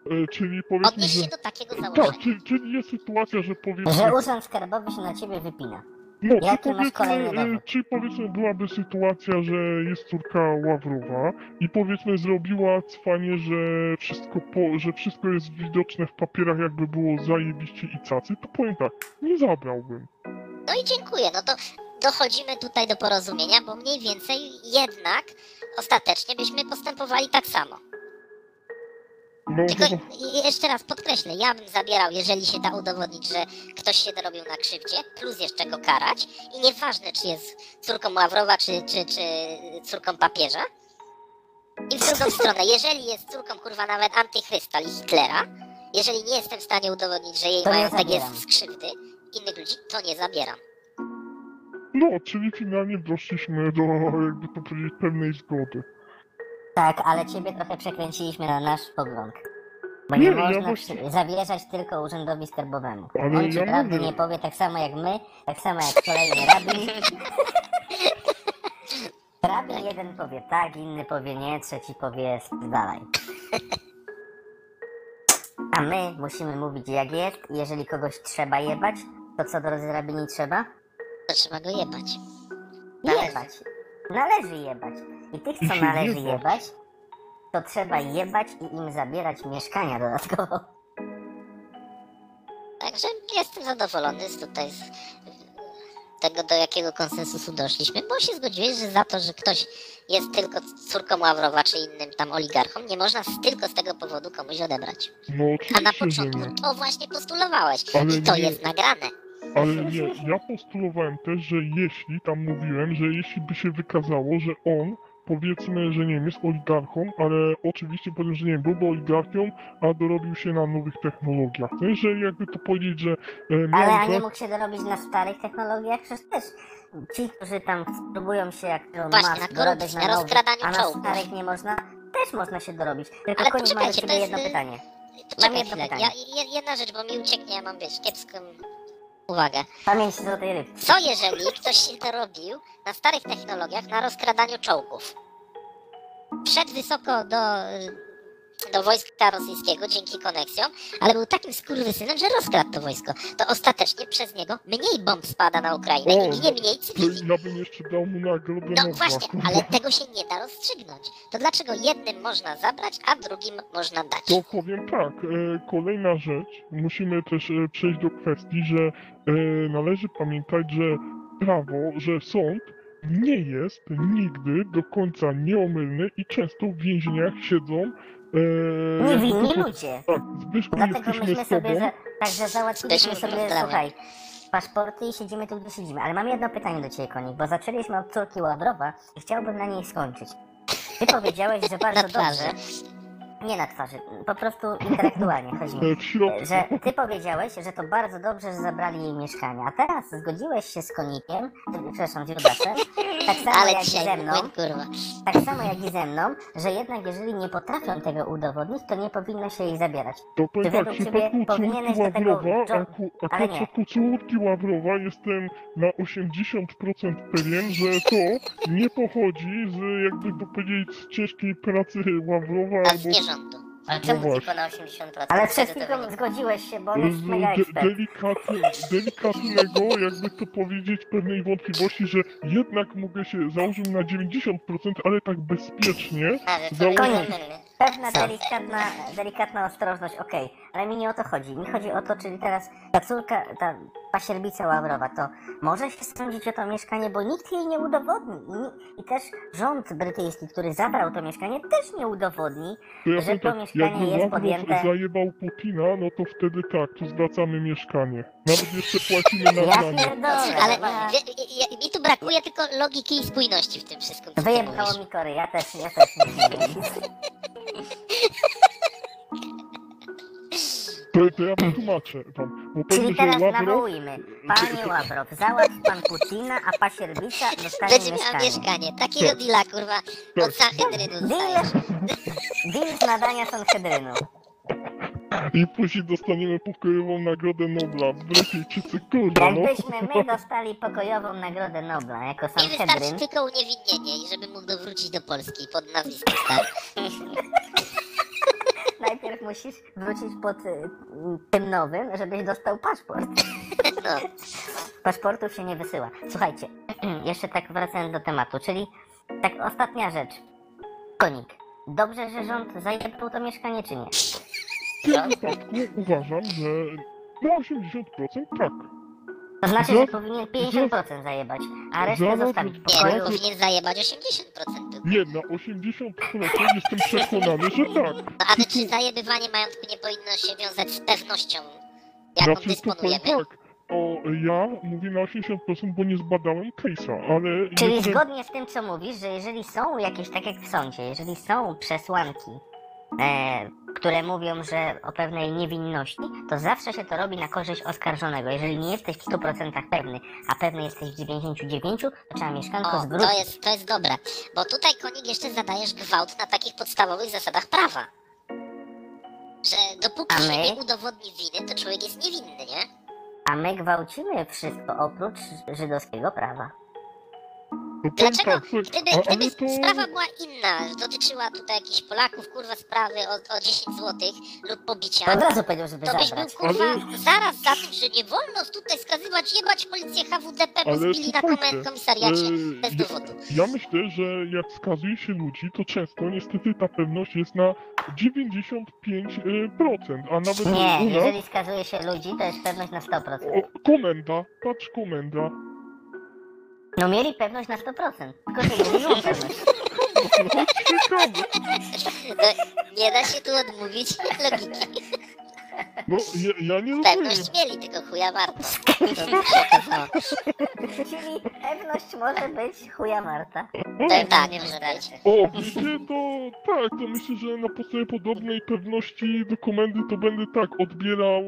czyli powiedzmy, Odnieś że... się do takiego Tak, założenia. czyli jest sytuacja, że powiedzmy... Że urząd skarbowy się na ciebie wypina. No, Jaki masz kolejny dowód? czy powiedzmy byłaby sytuacja, że jest córka Ławrowa i powiedzmy zrobiła cwanie, że wszystko jest widoczne w papierach, jakby było zajebiście i cacy, to powiem tak, nie zabrałbym. No i dziękuję, no to dochodzimy tutaj do porozumienia, bo mniej więcej jednak ostatecznie byśmy postępowali tak samo. No, Tylko bo, jeszcze raz podkreślę, ja bym zabierał, jeżeli się da udowodnić, że ktoś się dorobił na krzywdzie, plus jeszcze go karać i nieważne, czy jest córką Ławrowa, czy córką papieża. I w drugą stronę, jeżeli jest córką kurwa nawet antychrysta i Hitlera, jeżeli nie jestem w stanie udowodnić, że jej To nie majątek zabieram. jest z krzywdy innych ludzi, to nie zabieram. no, czyli finalnie doszliśmy do, jakby to powiedzieć, pewnej zgody. Tak, ale ciebie trochę przekręciliśmy na nasz pogląd. Bo Nie, nie ja można właśnie- zawierzać tylko urzędowi skarbowemu. Ale On ci ja prawdy mówię- nie powie tak samo jak my, tak samo jak kolejny rabin. Rabin jeden powie tak, inny powie nie, trzeci powie dalej. A my musimy mówić jak jest i jeżeli kogoś trzeba jebać, to co drodzy rabini trzeba? To trzeba go jebać. Jebać. Należy jebać. I tych, I co się należy jebać. jebać, to trzeba jebać i im zabierać mieszkania dodatkowo. Także jestem zadowolony z tego, do jakiego konsensusu doszliśmy, bo się zgodziłeś, że za to, że ktoś jest tylko córką Ławrowa czy innym tam oligarchą, nie można tylko z tego powodu komuś odebrać. No A na oczywiście, że początku nie. to właśnie postulowałeś Ale i to nie- jest nagrane. Ale nie, ja postulowałem też, że jeśli, tam mówiłem, że jeśli by się wykazało, że on, powiedzmy, że nie wiem, jest oligarchą, ale oczywiście powiem, że nie wiem, byłby oligarchią, a dorobił się na nowych technologiach. To jest, że jakby to powiedzieć, że miał Ale a nie za- mógł się dorobić na starych technologiach? Przecież też ci, którzy tam spróbują się jak Elon Właśnie, Musk na dorobić korupcji, na na nowych, rozkradaniu a na czołgów. starych nie można, też można się dorobić. Tylko Ale koniec, mam do poczekajcie, ciebie to jest, jedno pytanie. Poczekaj jedno chwilę, pytanie. jedna rzecz, bo mi ucieknie, ja mam, wiesz, kiepską uwagę. Pamięć złotej rybki. Co jeżeli ktoś się dorobił na starych technologiach na rozkradaniu czołgów? Wszedł wysoko do wojska rosyjskiego dzięki koneksjom, ale był takim skurwysynem, że rozkradł to wojsko. To ostatecznie przez niego mniej bomb spada na Ukrainę i ginie mniej to cywili. ja bym jeszcze dał mu nagrodę No Nobla, właśnie, kurwa. ale tego się nie da rozstrzygnąć. To dlaczego jednym można zabrać, a drugim można dać? To powiem tak, kolejna rzecz, musimy też przejść do kwestii, że należy pamiętać, że prawo, że sąd nie jest nigdy do końca nieomylny i często w więzieniach siedzą Niewinni ludzie. Tak, Zbyszku, Dlatego jesteśmy myślę z tobą. sobie, że także załatwiliśmy Zbyszku, sobie, pozdrawiam. słuchaj, paszporty i siedzimy tu, gdzie siedzimy. Ale mam jedno pytanie do ciebie, Konik, bo zaczęliśmy od córki Ławrowa i chciałbym na niej skończyć. Ty powiedziałeś, że bardzo Na twarzy. dobrze... Nie na twarzy, po prostu intelektualnie chodzi mi. W środku. Że ty powiedziałeś, że to bardzo dobrze, że zabrali jej mieszkanie, a teraz zgodziłeś się z Konikiem, przepraszam, z Judaszem, tak samo Ale jak i dzisiaj ze mną, mój kurwa. tak samo jak i ze mną, że jednak jeżeli nie potrafią tego udowodnić, to nie powinno się jej zabierać. To powiem Czy tak, według w ciebie przypadku powinieneś córki do tego Ławrowa, ale a nie. w przypadku córki Ławrowa jestem na 80% pewien, że to nie pochodzi z, jakby to powiedzieć, z ciężkiej pracy Ławrowa A z albo nierządu. Ale czemu właśnie. tylko na 80%? Ale Z przed czego to chwilą wynika? zgodziłeś się, bo on jest z mega ekspert. delikatnego, jakby to powiedzieć, pewnej wątpliwości, że jednak mogę się, załóżmy na 90%, ale tak bezpiecznie, A, że Założę- człowiek Koniec. jest mylny. Pewna Co? delikatna ostrożność, okej, ale mi nie o to chodzi. Mi chodzi o to, czyli teraz ta córka, ta pasierbica Ławrowa, to może się sądzić o to mieszkanie, bo nikt jej nie udowodni. I też rząd brytyjski, który zabrał to mieszkanie, też nie udowodni, to ja że powiem to tak, mieszkanie jakby jest Ławrow podjęte. zajebał Putina, no to wtedy tak, to zwracamy mieszkanie. Nawet jeszcze płacimy na Ja zdanie. pierdolę, Ale ja... mi tu brakuje tylko logiki i spójności w tym wszystkim, co ty Wyjebało mówisz. mi kory, ja też nie wiem. To ja wytłumaczę wam, bo Czyli pewnie, że teraz Ławrow... nawołujmy. Panie Ławrow, załatw pan Putina, a pasierbica dostanie Będzie miała mieszkanie. mieszkanie. Takiego deala, kurwa, od Sanhedrynu Deal, dostajesz. deal z nadania Sanhedrynu. I później dostaniemy pokojową nagrodę Nobla. Brytyjczycy, kurwa, no. Jakbyśmy my dostali pokojową nagrodę Nobla jako Mi wystarczy Sanhedryn, tylko uniewinnienie i żeby mógł wrócić do Polski pod nazwiskiem starym. najpierw najpierw musisz wrócić pod tym nowym, żebyś dostał paszport. No. Paszportów się nie wysyła. Słuchajcie, jeszcze tak wracając do tematu, czyli tak ostatnia rzecz. Konik. Dobrze, że rząd zajebał to mieszkanie, czy nie? W tym wypadku uważam, że na 80% tak. To znaczy, Za- że powinien 50% zajebać, a resztę za- zostawić w Nie, pokoju. no, powinien zajebać 80% tylko. Nie, na 80% jestem przekonany, że tak. No, ale czy zajebywanie majątku nie powinno się wiązać z pewnością, jaką Znaczy, to powiem dysponujemy? tak. Ja mówię na 80%, bo nie zbadałem case'a, ale... Czyli jestem- zgodnie z tym, co mówisz, że jeżeli są jakieś, tak jak w sądzie, jeżeli są przesłanki, które mówią, że o pewnej niewinności, to zawsze się to robi na korzyść oskarżonego. Jeżeli nie jesteś w 100% pewny, a pewny jesteś w 99%, to trzeba mieszkanko O, zwrócić. to jest dobre, bo tutaj, Konik, jeszcze zadajesz gwałt na takich podstawowych zasadach prawa. Że dopóki A się my? nie udowodni winy, to człowiek jest niewinny, nie? A my gwałcimy wszystko oprócz żydowskiego prawa. To powiem Dlaczego? tak, słuchaj, Gdyby ale to... sprawa była inna, dotyczyła tutaj jakichś Polaków, kurwa, sprawy o 10 zł lub pobicia, To od razu powiedział, żeby to byś był, zabrać. kurwa, Ale- zaraz za tym, że nie wolno tutaj skazywać, jebać policję HWDP, bo Ale zbili na słuchajcie, komisariacie bez ja- dowodu. Ja myślę, że jak skazuje się ludzi, to często niestety ta pewność jest na 95%, a nawet Nie, u nas... jeżeli skazuje się ludzi, to jest pewność na 100%. O, komenda, patrz komenda. No mieli pewność na 100%, tylko że nie mieli pewność. No, ciekawe. No, nie da się tu odmówić logiki. No, ja nie rozumiem. Pewność mieli, tylko chuja warto. To się okazało. Czyli pewność może być chuja Marta. Tak, może być. O, wiecie, to tak, to myślę, że na podstawie podobnej pewności do komendy to będę tak odbierał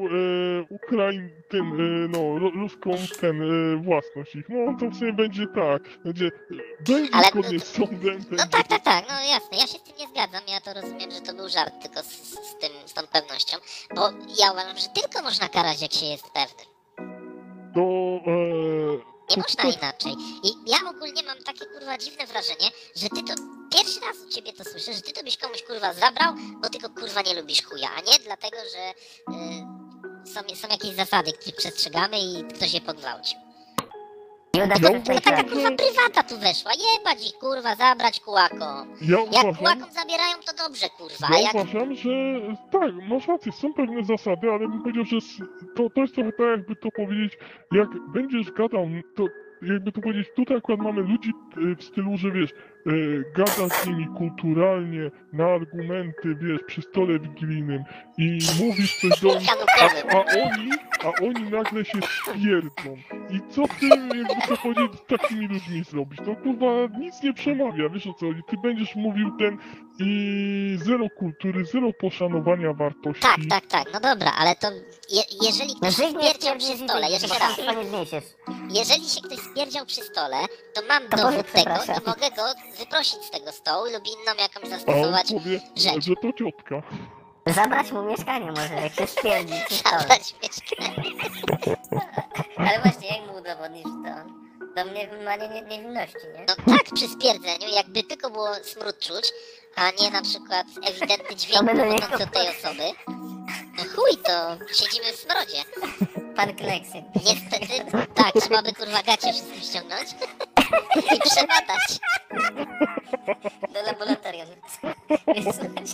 ruską własność ich. No to w sumie będzie tak, będzie Ale- zgodnie z sądem. No tak, no jasne, ja się z tym nie zgadzam, ja to rozumiem, że to był żart tylko z tą pewnością, bo ja uważam, że tylko można karać, jak się jest pewny. To, Nie to można tak, inaczej. I ja ogólnie mam takie, kurwa, dziwne wrażenie, że ty to, pierwszy raz u ciebie to słyszę, że ty to byś komuś, kurwa, zabrał, bo ty go, kurwa, nie lubisz chuja, a nie dlatego, że są jakieś zasady, których przestrzegamy i ktoś je pogwałcił. Juda, No, to To taka, kurwa, prywata tu weszła, jebać ich, kurwa, zabrać kułakom. ja Jak uważam, kułakom zabierają, to dobrze, kurwa, a ja jak... uważam, że tak, masz rację, są pewne zasady, ale bym powiedział, że to jest trochę tak, jakby to powiedzieć, jak będziesz gadał, to jakby to powiedzieć, tutaj akurat mamy ludzi w stylu, że wiesz, gadasz z nimi kulturalnie, na argumenty, wiesz, przy stole wigilijnym i mówisz coś do nich, a oni nagle się stwierdzą. I co ty, jakby to powiedzieć, z takimi ludźmi zrobisz? To kurwa nic nie przemawia, wiesz o co chodzi? Ty będziesz mówił i zero kultury, zero poszanowania wartości. Tak, no dobra, ale to jeżeli No ktoś Żyd nie spierdział przy stwierdzisz i stole, wyjdziesz, bo jeszcze tam raz, to nie zniesiesz. jeżeli się ktoś spierdział przy stole, to mam To dowód powiedz tego przepraszam. i mogę go wyprosić z tego stołu lub inną jakąś A on zastosować powie, rzecz. że to ciotka. Zabrać mu mieszkanie może, jak się stwierdzi przy stole. Zabrać mieszkanie. Ale właśnie, jak mu udowodnisz to? Do mnie wymanie niewinności, nie? No tak, przy stwierdzeniu, jakby tylko było smród czuć, a nie na przykład ewidentny dźwięk by do niego pochodzący od tej osoby, no chuj, to siedzimy w smrodzie. Pan Kleksy. Niestety, tak, trzeba by kurwa gacie wszystkim ściągnąć i przebadać. Do laboratorium. Wysłać.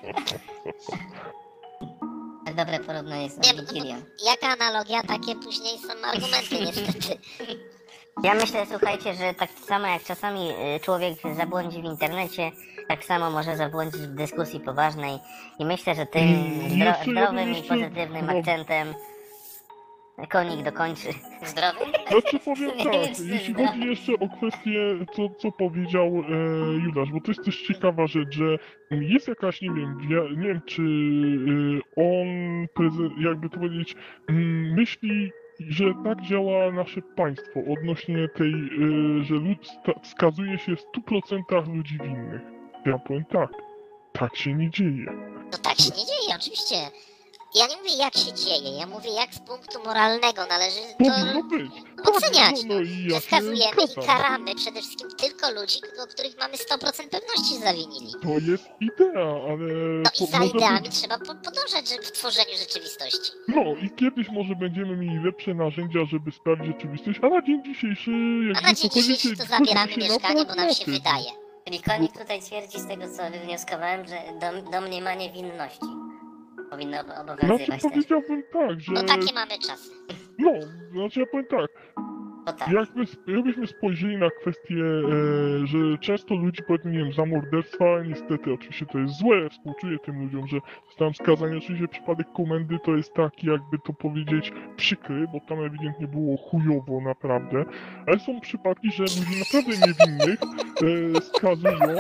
Tak dobre porównanie z Nie, Wigilią. jaka analogia, takie później są argumenty niestety. Ja myślę, słuchajcie, że tak samo jak czasami człowiek zabłądzi w internecie, tak samo może zabłądzić w dyskusji poważnej i myślę, że tym jeszcze ja bym zdrowym i jeszcze- pozytywnym no. akcentem Konik dokończy. Zdrowy? Znaczy powiem Nie tak, wiem, czy jeśli zna. chodzi jeszcze o kwestię, co powiedział Judasz, bo to jest też ciekawa rzecz, że jest jakaś, nie wiem, nie wiem czy on, jakby to powiedzieć, myśli, że tak działa nasze państwo odnośnie tej, że skazuje się w 100% ludzi winnych. Ja powiem tak, tak się nie dzieje. No tak się nie dzieje, oczywiście. Ja nie mówię jak się dzieje, ja mówię jak z punktu moralnego należy Powinno to być. oceniać. No i ja Że się skazujemy i zgadzam. karamy przede wszystkim tylko ludzi, o których mamy 100% pewności, że zawinili. To jest idea, ale... No i za może ideami być- trzeba podążać w tworzeniu rzeczywistości. No i kiedyś może będziemy mieli lepsze narzędzia, żeby sprawdzić rzeczywistość, a na dzień dzisiejszy... A jakby na dzień dzisiejszy to zabieramy się na mieszkanie, bo nam się pragmatyzm. wydaje. Czyli Konik tutaj twierdzi z tego, co wywnioskowałem, że domniemanie winności powinno Znaczy obowiązywać też. powiedziałbym tak, że... No takie mamy czasy. No, znaczy ja powiem tak, To tak. jakbyśmy spojrzeli na kwestię, że często ludzi, powiedzmy, nie wiem, za morderstwa, niestety, oczywiście to jest złe, współczuję tym ludziom, że zostałem skazany, oczywiście przypadek komendy to jest taki, jakby to powiedzieć, przykry, bo tam ewidentnie było chujowo naprawdę, ale są przypadki, że ludzi naprawdę niewinnych skazują,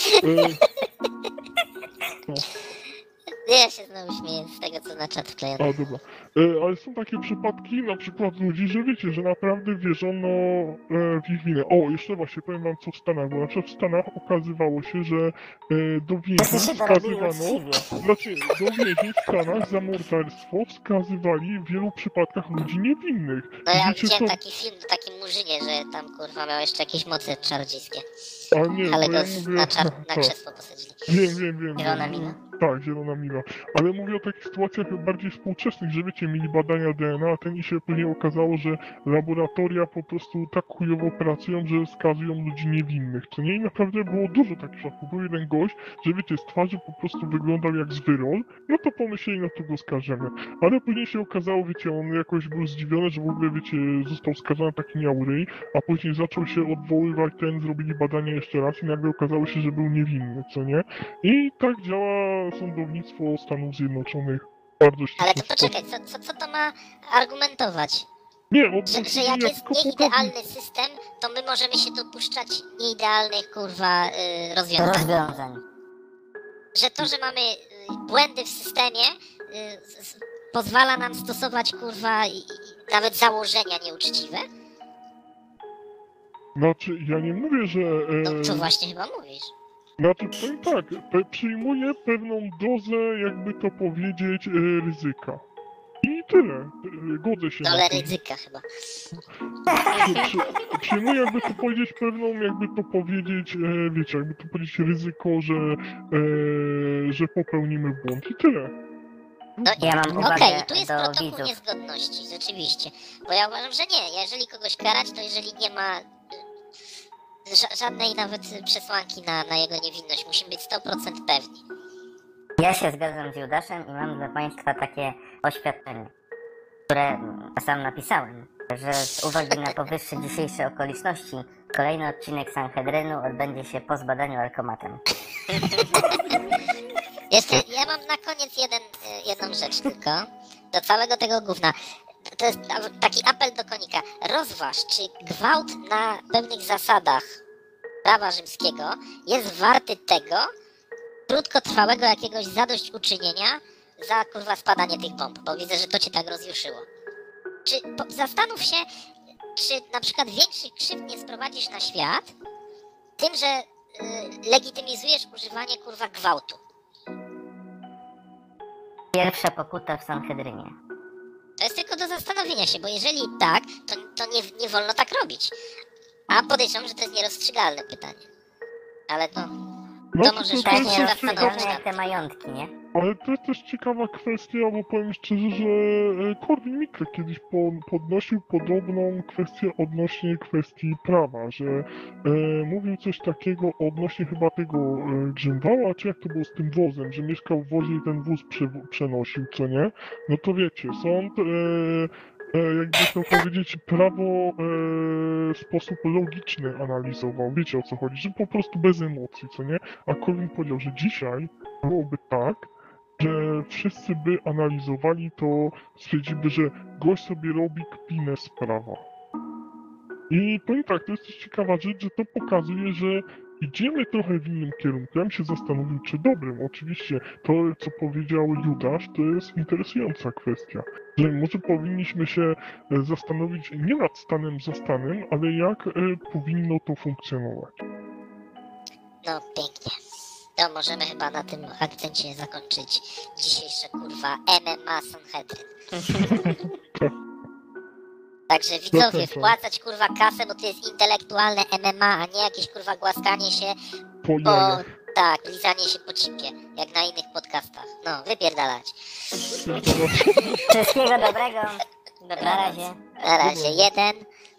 no. Ja się znowu śmieję z tego, co na czat wklejone. A, dobra. Ale są takie przypadki, na przykład ludzi, że wiecie, że naprawdę wierzono w ich winę. O, jeszcze właśnie powiem wam co w Stanach, bo na przykład w Stanach okazywało się, że do Wszyscy więzień się dorobili wskazywano, uczciwie. znaczy do więzień w Stanach za morderstwo wskazywali w wielu przypadkach ludzi niewinnych. No ja Wiecie widziałem co? taki film o takim murzynie, że tam kurwa miał jeszcze jakieś moce czarodziejskie. A nie, Ale to go ja mówię... na tak. krzesło posadzili. Wiem. Zielona mina. Tak, zielona mila. Ale mówię o takich sytuacjach bardziej współczesnych, że wiecie, mieli badania DNA, a ten i się później okazało, że laboratoria po prostu tak chujowo pracują, że skazują ludzi niewinnych, co nie? I naprawdę było dużo takich przypadków. Był jeden gość, że wiecie, z twarzy po prostu wyglądał jak zwyrol, no to pomyśleli, no to go skażemy. Ale później się okazało, wiecie, on jakoś był zdziwiony, że w ogóle, wiecie, został skazany, taki miał ryj, a później zaczął się odwoływać, zrobili badania jeszcze raz i nagle okazało się, że był niewinny, co nie? I tak działa sądownictwo Stanów Zjednoczonych bardzo Ale to ścisły poczekaj, co to ma argumentować? Nie, bo Że jak jest nieidealny system, to my możemy się dopuszczać nieidealnych kurwa rozwiązań. Rozwiązań. Że to, że mamy błędy w systemie pozwala nam stosować kurwa nawet założenia nieuczciwe? Znaczy, ja nie mówię, że... No to właśnie chyba mówisz. Znaczy, powiem tak, przyjmuję pewną dozę, jakby to powiedzieć, ryzyka. I tyle. Godzę się Dole na to. ryzyka chyba. Przyjmuję, jakby to powiedzieć, pewną, jakby to powiedzieć, wiecie, jakby to powiedzieć ryzyko, że popełnimy błąd. I tyle. No Ja mam okej, uwagę i tu jest do protokół widzów. niezgodności, rzeczywiście. Bo ja uważam, że nie. Jeżeli kogoś karać, to jeżeli nie ma żadnej nawet przesłanki na jego niewinność, musimy być 100% pewni. Ja się zgadzam z Judaszem i mam dla Państwa takie oświadczenie, które sam napisałem, że z uwagi na powyższe dzisiejsze okoliczności kolejny odcinek Sanhedrynu odbędzie się po zbadaniu alkomatem. Jeszcze, ja mam na koniec jedną rzecz tylko, do całego tego gówna. To jest taki apel do Konika. Rozważ, czy gwałt na pewnych zasadach prawa rzymskiego jest warty tego krótkotrwałego jakiegoś zadośćuczynienia za kurwa spadanie tych bomb, bo widzę, że to cię tak rozjuszyło. Zastanów się, czy na przykład większych krzywd nie sprowadzisz na świat tym, że legitymizujesz używanie kurwa gwałtu. Pierwsza pokuta w Sanhedrynie. To jest tylko do zastanowienia się, bo jeżeli tak, to nie wolno tak robić. A podejrzewam, że to jest nierozstrzygalne pytanie. Ale to Znaczy, możesz Tak właśnie nie zastanowić rozstrzygalne nad jak te majątki, nie? Ale to jest też ciekawa kwestia, bo powiem szczerze, że Korwin Mikke kiedyś podnosił podobną kwestię odnośnie kwestii prawa, że mówił coś takiego odnośnie chyba tego Grzymwała, czy jak to było z tym wozem, że mieszkał w wozie i ten wóz przenosił, co nie? No to wiecie, sąd jakby to powiedzieć, prawo w sposób logiczny analizował. Wiecie o co chodzi, że po prostu bez emocji, co nie? A Korwin powiedział, że dzisiaj byłoby tak, że wszyscy by analizowali to, stwierdziliby, że gość sobie robi kpinę z prawa. I powiem tak, to jest też ciekawa rzecz, że to pokazuje, że idziemy trochę w innym kierunku. Ja bym się zastanowił, czy dobrym. Oczywiście to, co powiedział Judasz, to jest interesująca kwestia. Że może powinniśmy się zastanowić nie nad stanem za stanem, ale jak powinno to funkcjonować. No pięknie. To możemy chyba na tym akcencie zakończyć dzisiejsze kurwa MMA Sanhedrin. Także widzowie, Zakończam. wpłacać kurwa kasę, bo to jest intelektualne MMA, a nie jakieś kurwa głaskanie się Po po... jajach. Tak, lizanie się po cipie, jak na innych podcastach. No, wypierdalać. Wszystkiego dobrego. Na razie. Na razie 1,